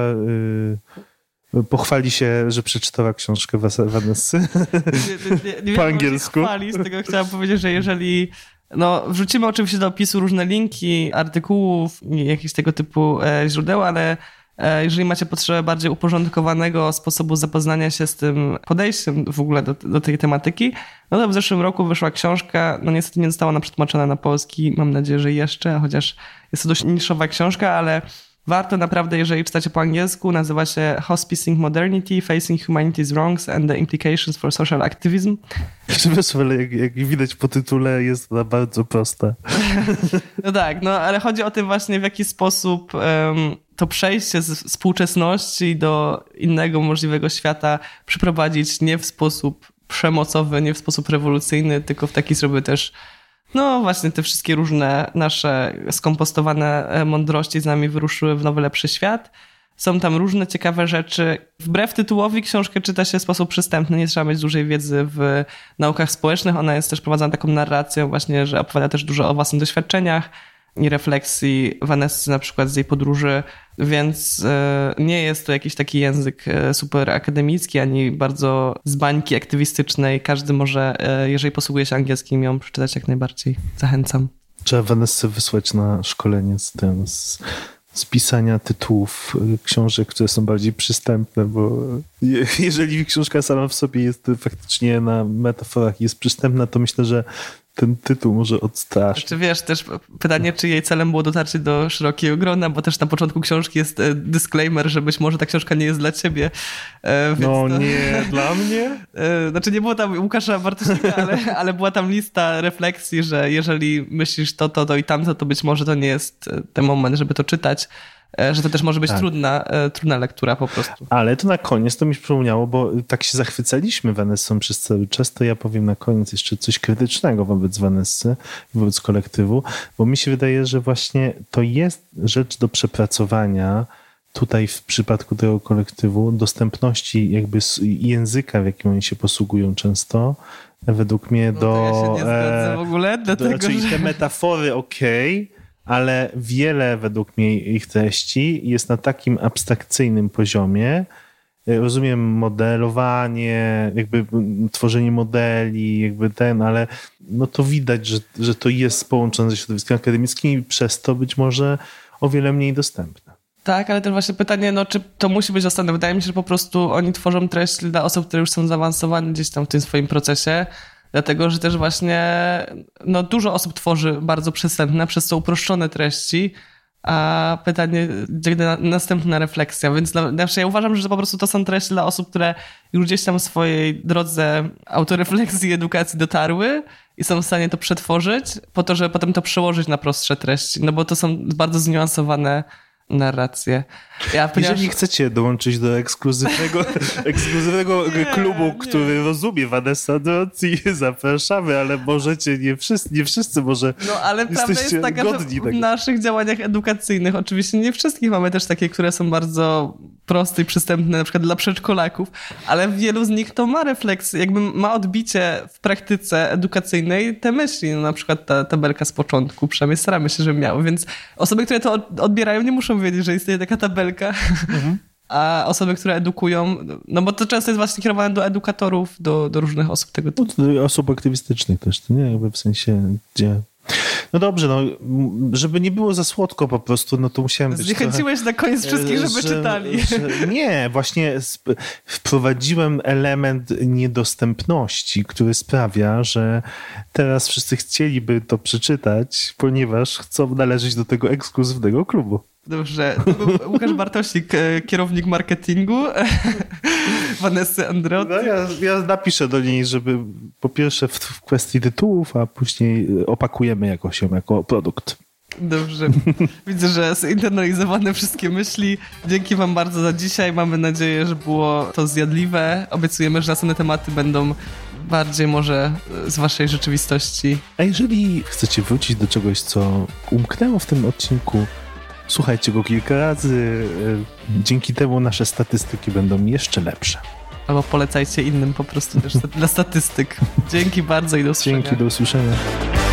pochwali się, że przeczytała książkę Vanessy po angielsku. Chwali, z tego chciałam powiedzieć, że jeżeli wrzucimy oczywiście do opisu różne linki, artykułów i jakieś tego typu źródeł, ale jeżeli macie potrzebę bardziej uporządkowanego sposobu zapoznania się z tym podejściem w ogóle do tej tematyki, no to w zeszłym roku wyszła książka, niestety nie została ona przetłumaczona na polski, mam nadzieję, że jeszcze, chociaż jest to dość niszowa książka, ale warto naprawdę, jeżeli czytacie po angielsku, nazywa się Hospicing Modernity, Facing Humanity's Wrongs and the Implications for Social Activism. Ale jak widać po tytule, jest ona bardzo prosta. No tak, ale chodzi o tym właśnie, w jaki sposób to przejście z współczesności do innego możliwego świata przeprowadzić nie w sposób przemocowy, nie w sposób rewolucyjny, tylko w taki, żeby też właśnie te wszystkie różne nasze skompostowane mądrości z nami wyruszyły w nowy, lepszy świat. Są tam różne ciekawe rzeczy. Wbrew tytułowi książkę czyta się w sposób przystępny, nie trzeba mieć dużej wiedzy w naukach społecznych. Ona jest też prowadzona taką narracją właśnie, że opowiada też dużo o własnych doświadczeniach i refleksji Vanessy na przykład z jej podróży, więc nie jest to jakiś taki język super akademicki, ani bardzo z bańki aktywistycznej. Każdy może, jeżeli posługuje się angielskim, ją przeczytać jak najbardziej. Zachęcam. Trzeba Vanessę wysłać na szkolenie z pisania tytułów książek, które są bardziej przystępne, bo jeżeli książka sama w sobie jest faktycznie na metaforach jest przystępna, to myślę, że ten tytuł może odstraszyć. Czy wiesz, też pytanie, czy jej celem było dotarcie do szerokiego grona, bo też na początku książki jest disclaimer, że być może ta książka nie jest dla ciebie. Nie, dla mnie? Znaczy nie było tam Łukasza Bartosika, ale była tam lista refleksji, że jeżeli myślisz to i tamto, to być może to nie jest ten moment, żeby to czytać. Że to też może być trudna lektura po prostu. Ale to na koniec to mi przypomniało, bo tak się zachwycaliśmy Vanessą przez cały czas, to ja powiem na koniec jeszcze coś krytycznego wobec Vanessy, wobec kolektywu, bo mi się wydaje, że właśnie to jest rzecz do przepracowania tutaj w przypadku tego kolektywu, dostępności jakby języka, w jakim oni się posługują często, według mnie to ja się nie zgadzam w ogóle, dlatego czyli te metafory ale wiele według mnie ich treści jest na takim abstrakcyjnym poziomie. Rozumiem modelowanie, jakby tworzenie modeli, ale to widać, że to jest połączone ze środowiskiem akademickim i przez to być może o wiele mniej dostępne. Tak, ale też właśnie pytanie, czy to musi być dostępne. Wydaje mi się, że po prostu oni tworzą treść dla osób, które już są zaawansowane gdzieś tam w tym swoim procesie. Dlatego, że też właśnie dużo osób tworzy bardzo przystępne, przez co uproszczone treści, a pytanie, gdzie następna refleksja. Więc ja uważam, że po prostu to są treści dla osób, które już gdzieś tam w swojej drodze autorefleksji i edukacji dotarły i są w stanie to przetworzyć po to, żeby potem to przełożyć na prostsze treści, bo to są bardzo zniuansowane narrację. Jeżeli chcecie dołączyć do ekskluzywnego klubu, który rozumie Vanessa Dorothy, zapraszamy, ale możecie, nie wszyscy może ale prawda jest taka, że w naszych działaniach edukacyjnych, oczywiście nie wszystkich, mamy też takie, które są bardzo proste i przystępne, na przykład dla przedszkolaków, ale wielu z nich to ma refleksję, jakby ma odbicie w praktyce edukacyjnej te myśli, na przykład ta tabelka z początku, przynajmniej staramy się, żeby miały, więc osoby, które to odbierają, nie muszą wiedzieć, że istnieje taka tabelka, a osoby, które edukują, bo to często jest właśnie kierowane do edukatorów, do różnych osób tego typu. Do osób aktywistycznych też, to nie? Jakby w sensie, gdzie... No dobrze, żeby nie było za słodko po prostu, to musiałem być Zniechęciłeś na koniec wszystkich, żeby czytali. Nie, właśnie wprowadziłem element niedostępności, który sprawia, że teraz wszyscy chcieliby to przeczytać, ponieważ chcą należeć do tego ekskluzywnego klubu. Dobrze. To był Łukasz Bartosik, kierownik marketingu Vanessy Andreotti. No ja napiszę do niej, żeby po pierwsze w kwestii tytułów, a później opakujemy jakoś ją jako produkt. Dobrze. Widzę, że zinternalizowane wszystkie myśli. Dzięki wam bardzo za dzisiaj. Mamy nadzieję, że było to zjadliwe. Obiecujemy, że następne tematy będą bardziej może z waszej rzeczywistości. A jeżeli chcecie wrócić do czegoś, co umknęło w tym odcinku, słuchajcie go kilka razy. Dzięki temu nasze statystyki będą jeszcze lepsze. Albo polecajcie innym po prostu też dla statystyk. Dzięki bardzo i do usłyszenia. Dzięki, do usłyszenia.